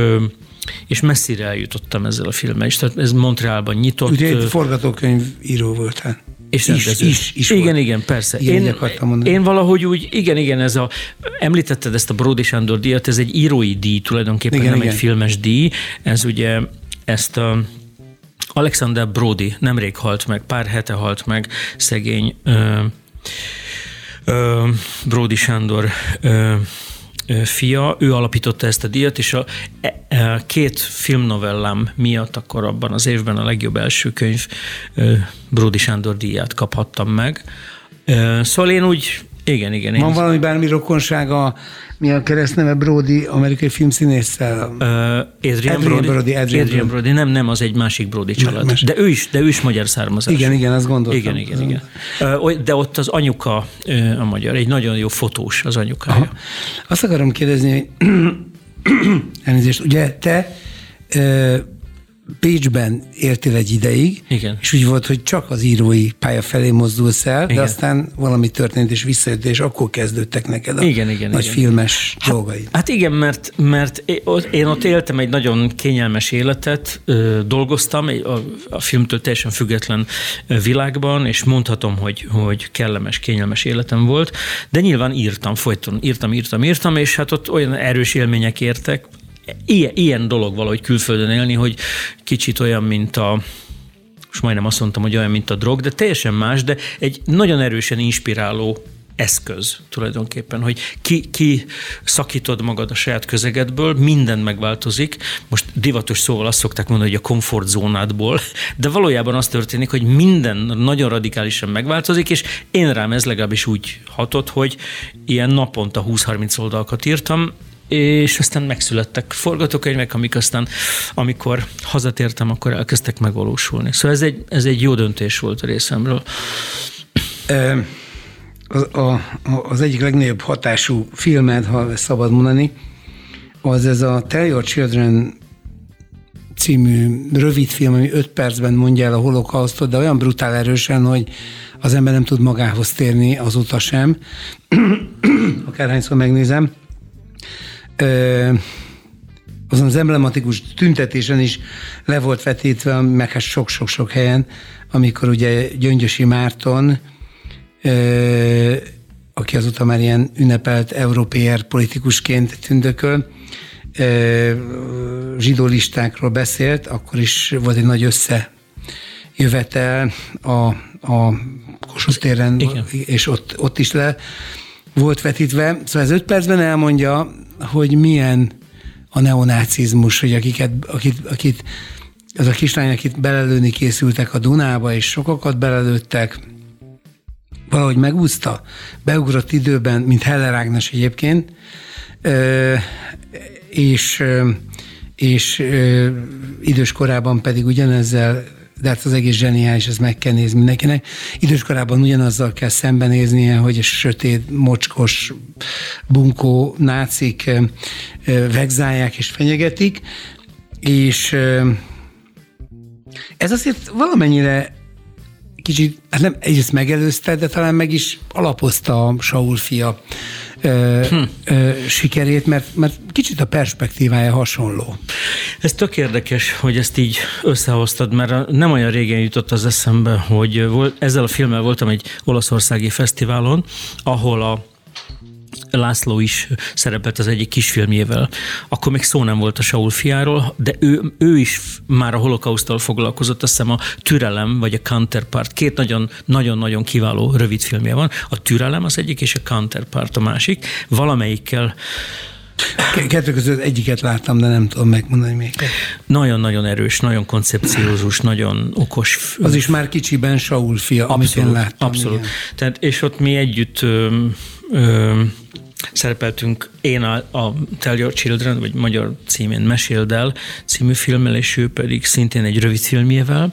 és messzire eljutottam ezzel a filmmel is. Tehát ez Montrealban nyitott. Ugye egy forgatókönyvíró voltál. És is igen, persze. Én valahogy úgy, igen, említetted ezt a Bródy Sándor díjat, ez egy írói díj tulajdonképpen, nem egy filmes díj. Ez ugye ezt a Alexander Bródy nemrég halt meg, pár hete halt meg, szegény Bródy Sándor fia, ő alapította ezt a díjat, és a két filmnovellám miatt akkor abban az évben a legjobb első könyv Bródy Sándor díját kaphattam meg. Szóval én úgy, igen. Van valami bármi rokonsága, mi a keresztneve Bródy, amerikai filmszínésszel? Adrian Brody, nem, az egy másik Bródy család. De ő is magyar származás. Igen, azt gondoltam. Igen. De ott az anyuka a magyar, egy nagyon jó fotós az anyukája. Aha. Azt akarom kérdezni, hogy elnézést, ugye te Pécsben éltél egy ideig, igen. És úgy volt, hogy csak az írói pálya felé mozdulsz el, igen. De aztán valami történt, és visszajöttél, és akkor kezdődtek neked a nagy filmes dolgaid. Hát igen, mert én ott éltem egy nagyon kényelmes életet, dolgoztam a filmtől teljesen független világban, és mondhatom, hogy kellemes, kényelmes életem volt, de nyilván írtam, folyton írtam, és hát ott olyan erős élmények értek, ilyen dolog valahogy külföldön élni, hogy kicsit olyan, mint most majdnem azt mondtam, hogy olyan, mint a drog, de teljesen más, de egy nagyon erősen inspiráló eszköz tulajdonképpen, hogy ki szakítod magad a saját közegedből, minden megváltozik. Most divatos szóval azt szokták mondani, hogy a komfortzónádból, de valójában az történik, hogy minden nagyon radikálisan megváltozik, és én rám ez legalábbis úgy hatott, hogy ilyen naponta 20-30 oldalakat írtam, és aztán megszülettek forgatókönyvek, amik aztán, amikor hazatértem, akkor elkezdtek megvalósulni. Szóval ez egy jó döntés volt a részemről. Az egyik legnagyobb hatású filmed, ha szabad mondani, az ez a Tell Your Children című rövidfilm, ami 5 percben mondja el a holokausztot, de olyan brutál erősen, hogy az ember nem tud magához térni azóta sem. Akárhányszor megnézem. Azon az emblematikus tüntetésen is le volt vetítve, meg hát sok-sok-sok helyen, amikor ugye Gyöngyösi Márton, aki azóta már ilyen ünnepelt európér politikusként tündököl, zsidó listákról beszélt, akkor is volt egy nagy összejövetel a Kossuth téren, és ott is le volt vetítve. Szóval ez 5 percben elmondja, hogy milyen a neonácizmus, hogy akit az a kislány, akit belelőni készültek a Dunába, és sokakat belelőttek, valahogy megúszta, beugrott időben, mint Heller Ágnes egyébként, és idős korában pedig ugyanezzel, de hát az egész zseniális, ezt meg kell nézni mindenkinek, idős korában ugyanazzal kell szembenéznie, hogy a sötét, mocskos, bunkó nácik vegzálják és fenyegetik, és ez azért valamennyire kicsit, hát nem egyrészt megelőzte, de talán meg is alapozta a Saul fia sikerét, mert kicsit a perspektívája hasonló. Ez tök érdekes, hogy ezt így összehoztad, mert nem olyan régen jutott az eszembe, hogy ezzel a filmmel voltam egy olaszországi fesztiválon, ahol a László is szerepelt az egyik kisfilmjével. Akkor még szó nem volt a Saul fiáról, de ő is már a holokauszttal foglalkozott, azt hiszem a Türelem vagy a Counterpart. 2 nagyon-nagyon kiváló rövidfilmje van. A Türelem az egyik, és a Counterpart a másik. Valamelyikkel... 2 között egyiket láttam, de nem tudom megmondani még. Nagyon-nagyon erős, nagyon koncepciózus, nagyon okos. Az is már kicsiben Saul fia, amit én láttam. Abszolút. Tehát, és ott mi együtt szerepeltünk, én a Tell Your Children, vagy magyar címén Meséld el című filmmel, és ő pedig szintén egy rövid filmjével.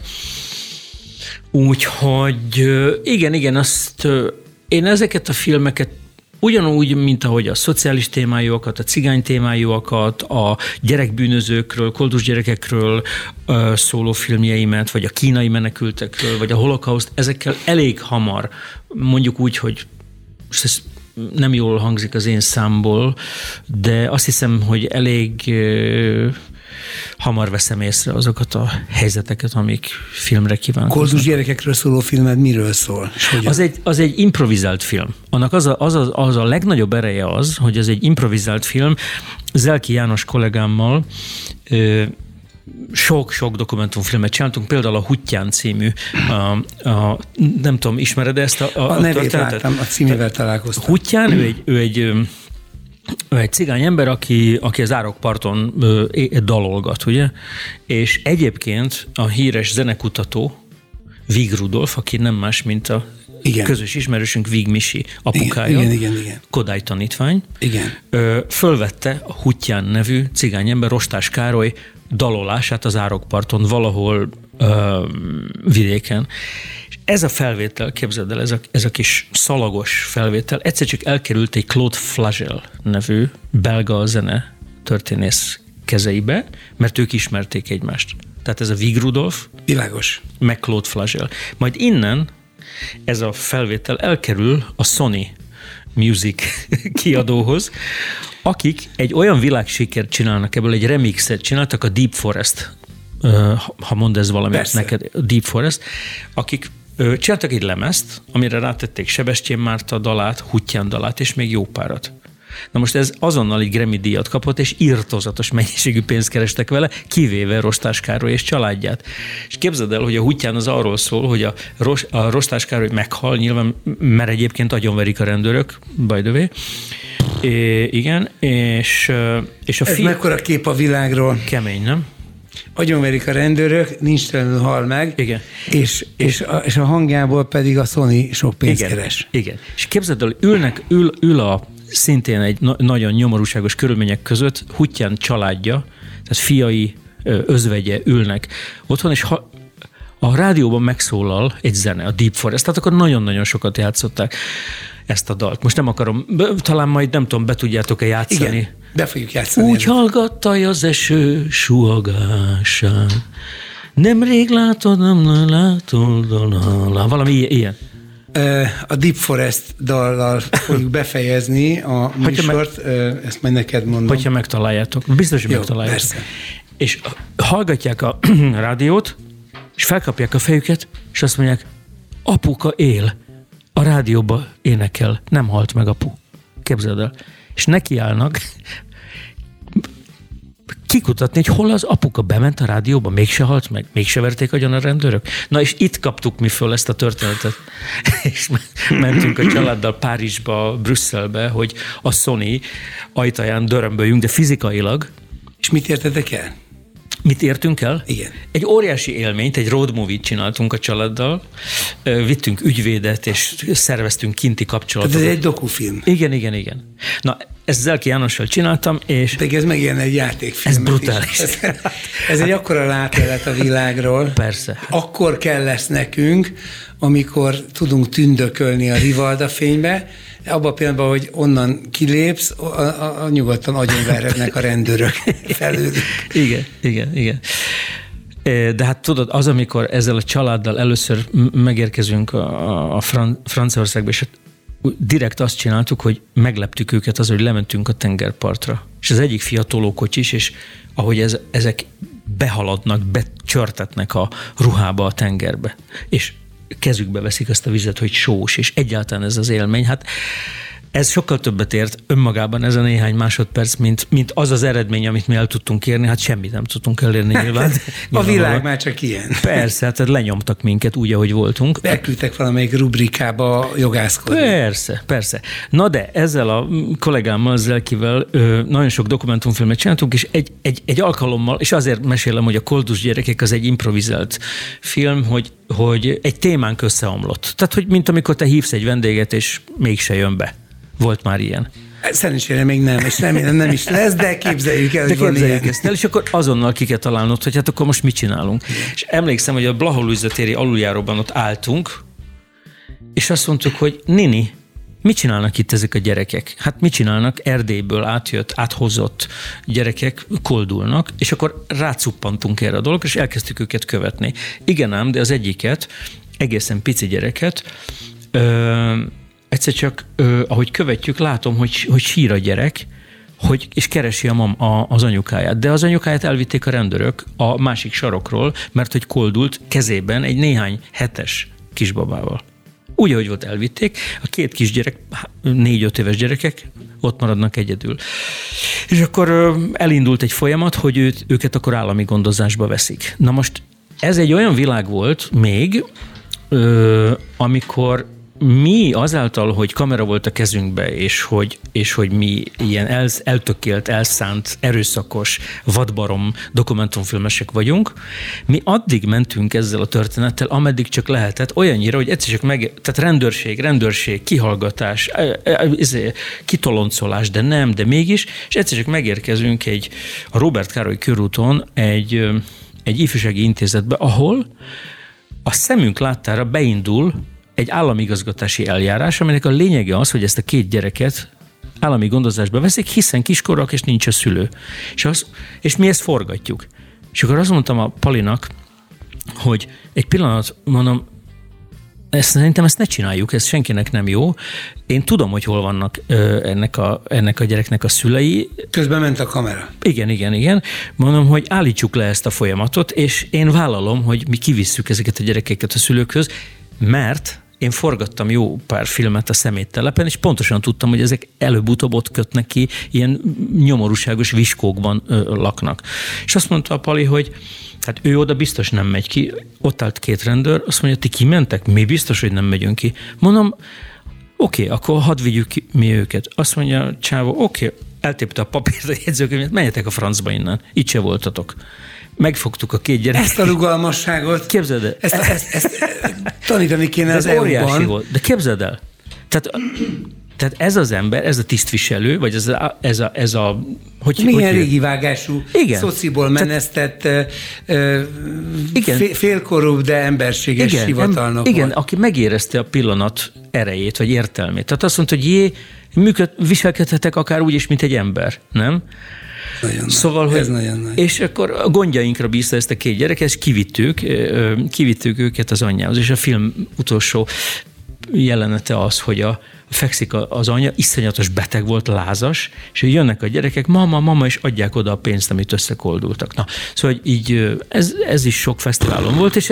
Úgyhogy igen, én ezeket a filmeket ugyanúgy, mint ahogy a szociális témájúakat, a cigány témájúakat, a gyerekbűnözőkről, koldus gyerekekről szóló filmjeimet, vagy a kínai menekültekről, vagy a holokauszt, ezekkel elég hamar, mondjuk úgy, hogy ez nem jól hangzik az én számból, de azt hiszem, hogy elég hamar veszem észre azokat a helyzeteket, amik filmre kívánkoznak. Koldus gyerekekről szóló filmed miről szól? Az egy improvizált film. Annak az a legnagyobb ereje az, hogy ez egy improvizált film. Zelki János kollégámmal sok dokumentumfilmet csináltunk, például a Huttyán című, nem tudom, ismered ezt a nevét láttam, a címével találkoztam. Huttyán, ő egy cigány ember, aki az árokparton dalolgat, ugye? És egyébként a híres zenekutató Vig Rudolf, aki nem más, mint a közös ismerősünk Vig Misi apukája, igen. Kodály tanítvány, igen. Fölvette a Huttyán nevű cigány ember Rostás Károly dalolását az árokparton valahol vidéken. És ez a felvétel, képzeld el, ez a kis szalagos felvétel, egyszer csak elkerült egy Claude Flagel nevű belga zene történész kezeibe, mert ők ismerték egymást. Tehát ez a Vig Rudolf, világos, meg Claude Flagel. Majd innen ez a felvétel elkerül a Sony Music kiadóhoz, akik egy olyan világsikert csinálnak ebből, egy remixet csináltak, a Deep Forest, ha mondd ez valamit neked, Deep Forest, akik csináltak egy lemezt, amire rátették Sebestyén Márta dalát, Huttyán dalát, és még jó párat. Na most ez azonnal egy Grammy díjat kapott, és irtózatos mennyiségű pénzt kerestek vele, kivéve Rostás Károly és családját. És képzeld el, hogy a Huttyán az arról szól, hogy a Rostás Károly meghal, nyilván, mert egyébként agyonverik a rendőrök, by the way. Igen, és a ez mekkora kép a világról. Kemény, nem? Agyonverik a rendőrök, nincs telenül hal meg, igen. És a hangjából pedig a Sony sok pénzt keres. Igen. És képzeld el, ül a szintén egy nagyon nyomorúságos körülmények között Huttyán családja, tehát fiai, özvegye ülnek otthon, és ha a rádióban megszólal egy zene, a Deep Forest, tehát akkor nagyon-nagyon sokat játszották ezt a dalt. Most nem akarom, talán majd nem tudom, be tudjátok-e játszani. Igen, be fogjuk játszani. Úgy hallgattaj az eső suhagásán, nemrég látod, nem látod, valami ilyen. A Deep Forest dallal fogjuk befejezni a műsort, ezt majd neked mondom. Hogyha megtaláljátok. Biztos, hogy megtaláljátok. Persze. És hallgatják a rádiót, és felkapják a fejüket, és azt mondják, apuka él, a rádióba énekel, nem halt meg apu. Képzeld el. És nekiállnak kikutatni, hogy hol az apuka, bement a rádióba, mégse halt meg, mégse verték agyon a rendőrök. Na és itt kaptuk mi föl ezt a történetet. És mentünk a családdal Párizsba, Brüsszelbe, hogy a Sony ajtaján dörömböljünk, de fizikailag. És mit értetek el? Mit értünk el? Igen. Egy óriási élményt, egy road movie-t csináltunk a családdal, vittünk ügyvédet, és szerveztünk kinti kapcsolatokat. Tehát ez egy dokufilm. Igen. Na, ezt Zelki Jánossal csináltam, és... Pedig ez megjelent egy játékfilm. Ez brutális. Ez egy akkora látélet a világról. Persze. Akkor kell lesz nekünk, amikor tudunk tündökölni a Rivalda fénybe, abban a pillanatban, hogy onnan kilépsz, a nyugodtan agyonverrednek a rendőrök felül. Igen. De hát tudod, az, amikor ezzel a családdal először megérkezünk a Franciaországba, és direkt azt csináltuk, hogy megleptük őket az, hogy lementünk a tengerpartra. És az egyik fia tolókocsis, és ahogy ezek behaladnak, becsörtetnek a ruhába a tengerbe. És kezükbe veszik azt a vizet, hogy sós, és egyáltalán ez az élmény. Hát ez sokkal többet ért önmagában ez a néhány másodperc, mint az az eredmény, amit mi el tudtunk érni. Hát semmit nem tudtunk elérni nyilván. A világ már csak ilyen. Persze, hát lenyomtak minket úgy, ahogy voltunk. Beküldtek valamelyik rubrikába jogászkodni. Persze. Na de ezzel a kollégámmal, Zelkivel nagyon sok dokumentumfilmet csináltunk, és egy alkalommal, és azért mesélem, hogy a Koldus gyerekek az egy improvizált film, hogy egy témánk összeomlott. Tehát, hogy mint amikor te hívsz egy vendéget, és mégse jön be. Volt már ilyen. Szerencsére még nem, és remélem nem is lesz, de képzeljük el, hogy van ilyen. Ezt el, és akkor azonnal ki kell találnod, hogy hát akkor most mit csinálunk. És emlékszem, hogy a Blaha Lujza téri aluljáróban ott álltunk, és azt mondtuk, hogy Nini, mit csinálnak itt ezek a gyerekek? Hát mit csinálnak? Erdélyből áthozott gyerekek koldulnak, és akkor rácuppantunk erre a dologra, és elkezdtük őket követni. Igen ám, de az egyiket, egészen pici gyereket, egyszer csak, ahogy követjük, látom, hogy sír a gyerek, és keresi az anyukáját. De az anyukáját elvitték a rendőrök a másik sarokról, mert hogy koldult kezében egy néhány hetes kisbabával. Úgy, ahogy volt, elvitték. A két kisgyerek, 4-5 éves gyerekek ott maradnak egyedül. És akkor elindult egy folyamat, hogy őket akkor állami gondozásba veszik. Na most ez egy olyan világ volt még, amikor mi azáltal, hogy kamera volt a kezünkbe, és hogy mi ilyen eltökélt, elszánt, erőszakos, vadbarom dokumentumfilmesek vagyunk, mi addig mentünk ezzel a történettel, ameddig csak lehetett, olyannyira, hogy egyszer csak tehát rendőrség, kihallgatás, kitoloncolás, de nem, de mégis, és egyszer csak megérkezünk a Róbert Károly körúton egy ifjúsági intézetbe, ahol a szemünk láttára beindul egy állami igazgatási eljárás, aminek a lényege az, hogy ezt a két gyereket állami gondozásba veszik, hiszen kiskorúak, és nincs a szülő. És mi ezt forgatjuk. És akkor azt mondtam a Palinak, hogy egy pillanat, mondom, szerintem ezt ne csináljuk, ez senkinek nem jó. Én tudom, hogy hol vannak ennek a gyereknek a szülei. Közben ment a kamera. Igen. Mondom, hogy állítsuk le ezt a folyamatot, és én vállalom, hogy mi kivisszük ezeket a gyerekeket a szülőkhöz, mert én forgattam jó pár filmet a szeméttelepen, és pontosan tudtam, hogy ezek előbb-utóbb ott kötnek ki, ilyen nyomorúságos viskókban laknak. És azt mondta a Pali, hogy hát ő oda biztos nem megy ki. Ott állt két rendőr, azt mondja, ti kimentek? Mi biztos, hogy nem megyünk ki. Mondom, oké, akkor hadd vigyük ki mi őket. Azt mondja csávó, oké, eltépte a papírt, a jegyzőkönyvet, menjetek a francba innen, itt se voltatok. Megfogtuk a két gyereket. Ezt a rugalmasságot. Képzeld el. Ezt tanítani kéne az óriási EU-ban. volt. De képzeld el. Tehát Tehát ez az ember, ez a tisztviselő, vagy ez a milyen régi vágású, szociból menesztett, félkorú, de emberséges hivatalnok volt. Aki megérezte a pillanat erejét, vagy értelmét. Tehát azt mondta, hogy viselkedhetek akár úgy is, mint egy ember, nem? Nagyon szóval, ez nagyon nagy. És akkor a gondjainkra bízta ezt a két gyereket, és kivittük őket az anyjához, és a film utolsó jelenete az, hogy fekszik az anya, iszonyatos beteg volt, lázas, és jönnek a gyerekek, mama, és adják oda a pénzt, amit összekoldultak. Na, szóval így ez is sok fesztiválon volt, és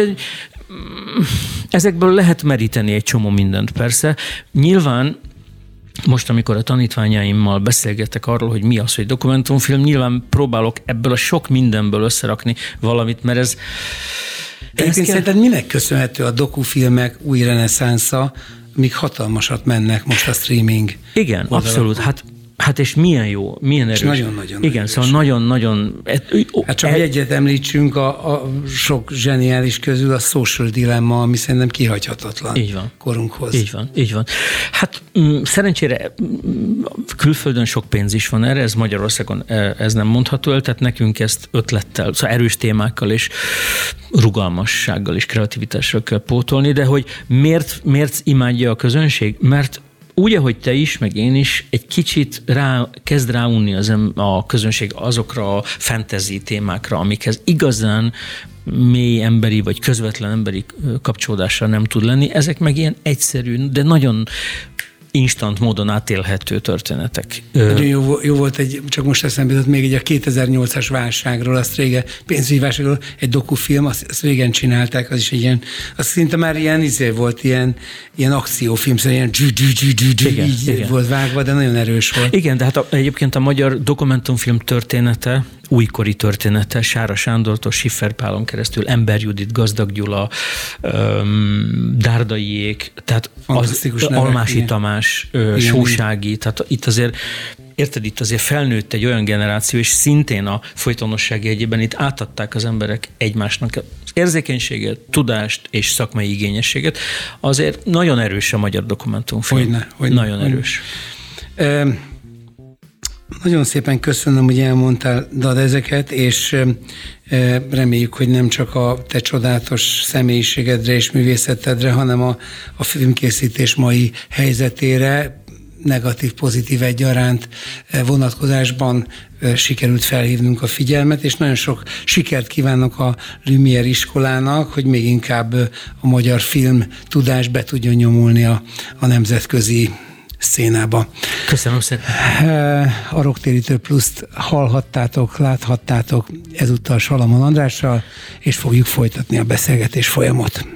ezekből lehet meríteni egy csomó mindent, persze. Nyilván most, amikor a tanítványaimmal beszélgetek arról, hogy mi az, hogy dokumentumfilm, nyilván próbálok ebből a sok mindenből összerakni valamit, mert ez... Egyébként szerinted minek köszönhető a dokufilmek új reneszánsza, amíg hatalmasat mennek most a streaming? Igen, abszolút. Hát és milyen jó, milyen erős. Nagyon-nagyon. Igen, erős. Szóval nagyon-nagyon... Hát csak egyet említsünk a sok zseniális közül, a Social Dilemma, ami szerintem kihagyhatatlan így van. Korunkhoz. Így van. Hát szerencsére külföldön sok pénz is van erre, ez Magyarországon ez nem mondható el, tehát nekünk ezt ötlettel, szóval erős témákkal és rugalmassággal és kreativitással kell pótolni, de hogy miért imádja a közönség? Mert úgy, ahogy te is, meg én is, egy kicsit kezd ráunni a közönség azokra a fantasy témákra, amikhez igazán mély emberi vagy közvetlen emberi kapcsolódással nem tud lenni. Ezek meg ilyen egyszerű, de nagyon instant módon átélhető történetek. Nagyon jó volt csak most eszembe jutott még a 2008-as válságról, azt régen, pénzügyi válságról egy dokufilm, azt régen csinálták, az is egy ilyen, az szinte már ilyen volt, ilyen akciófilm, szóval ilyen így volt vágva, de nagyon erős volt. Igen, de hát egyébként a magyar dokumentumfilm története, újkori története, Sára Sándortól, Schiffer Pálon keresztül, Ember Judit, Gazdag Gyula, Dárdaiék, tehát Almási Tamás, Sósági, tehát itt azért, érted, itt azért felnőtt egy olyan generáció, és szintén a folytonosság jegyében itt átadták az emberek egymásnak az érzékenységet, tudást és szakmai igényességet. Azért nagyon erős a magyar dokumentumfilm. Hogyne. Nagyon erős. Nagyon szépen köszönöm, hogy elmondtál ezeket, és reméljük, hogy nem csak a te csodálatos személyiségedre és művészetedre, hanem a filmkészítés mai helyzetére negatív, pozitív egyaránt vonatkozásban sikerült felhívnunk a figyelmet, és nagyon sok sikert kívánok a Lumière iskolának, hogy még inkább a magyar film tudás be tudjon nyomulni a nemzetközi szénába. Köszönöm szépen. A Rocktérítő Pluszt hallhattátok, láthattátok ezúttal Salamon Andrással, és fogjuk folytatni a beszélgetés folyamot.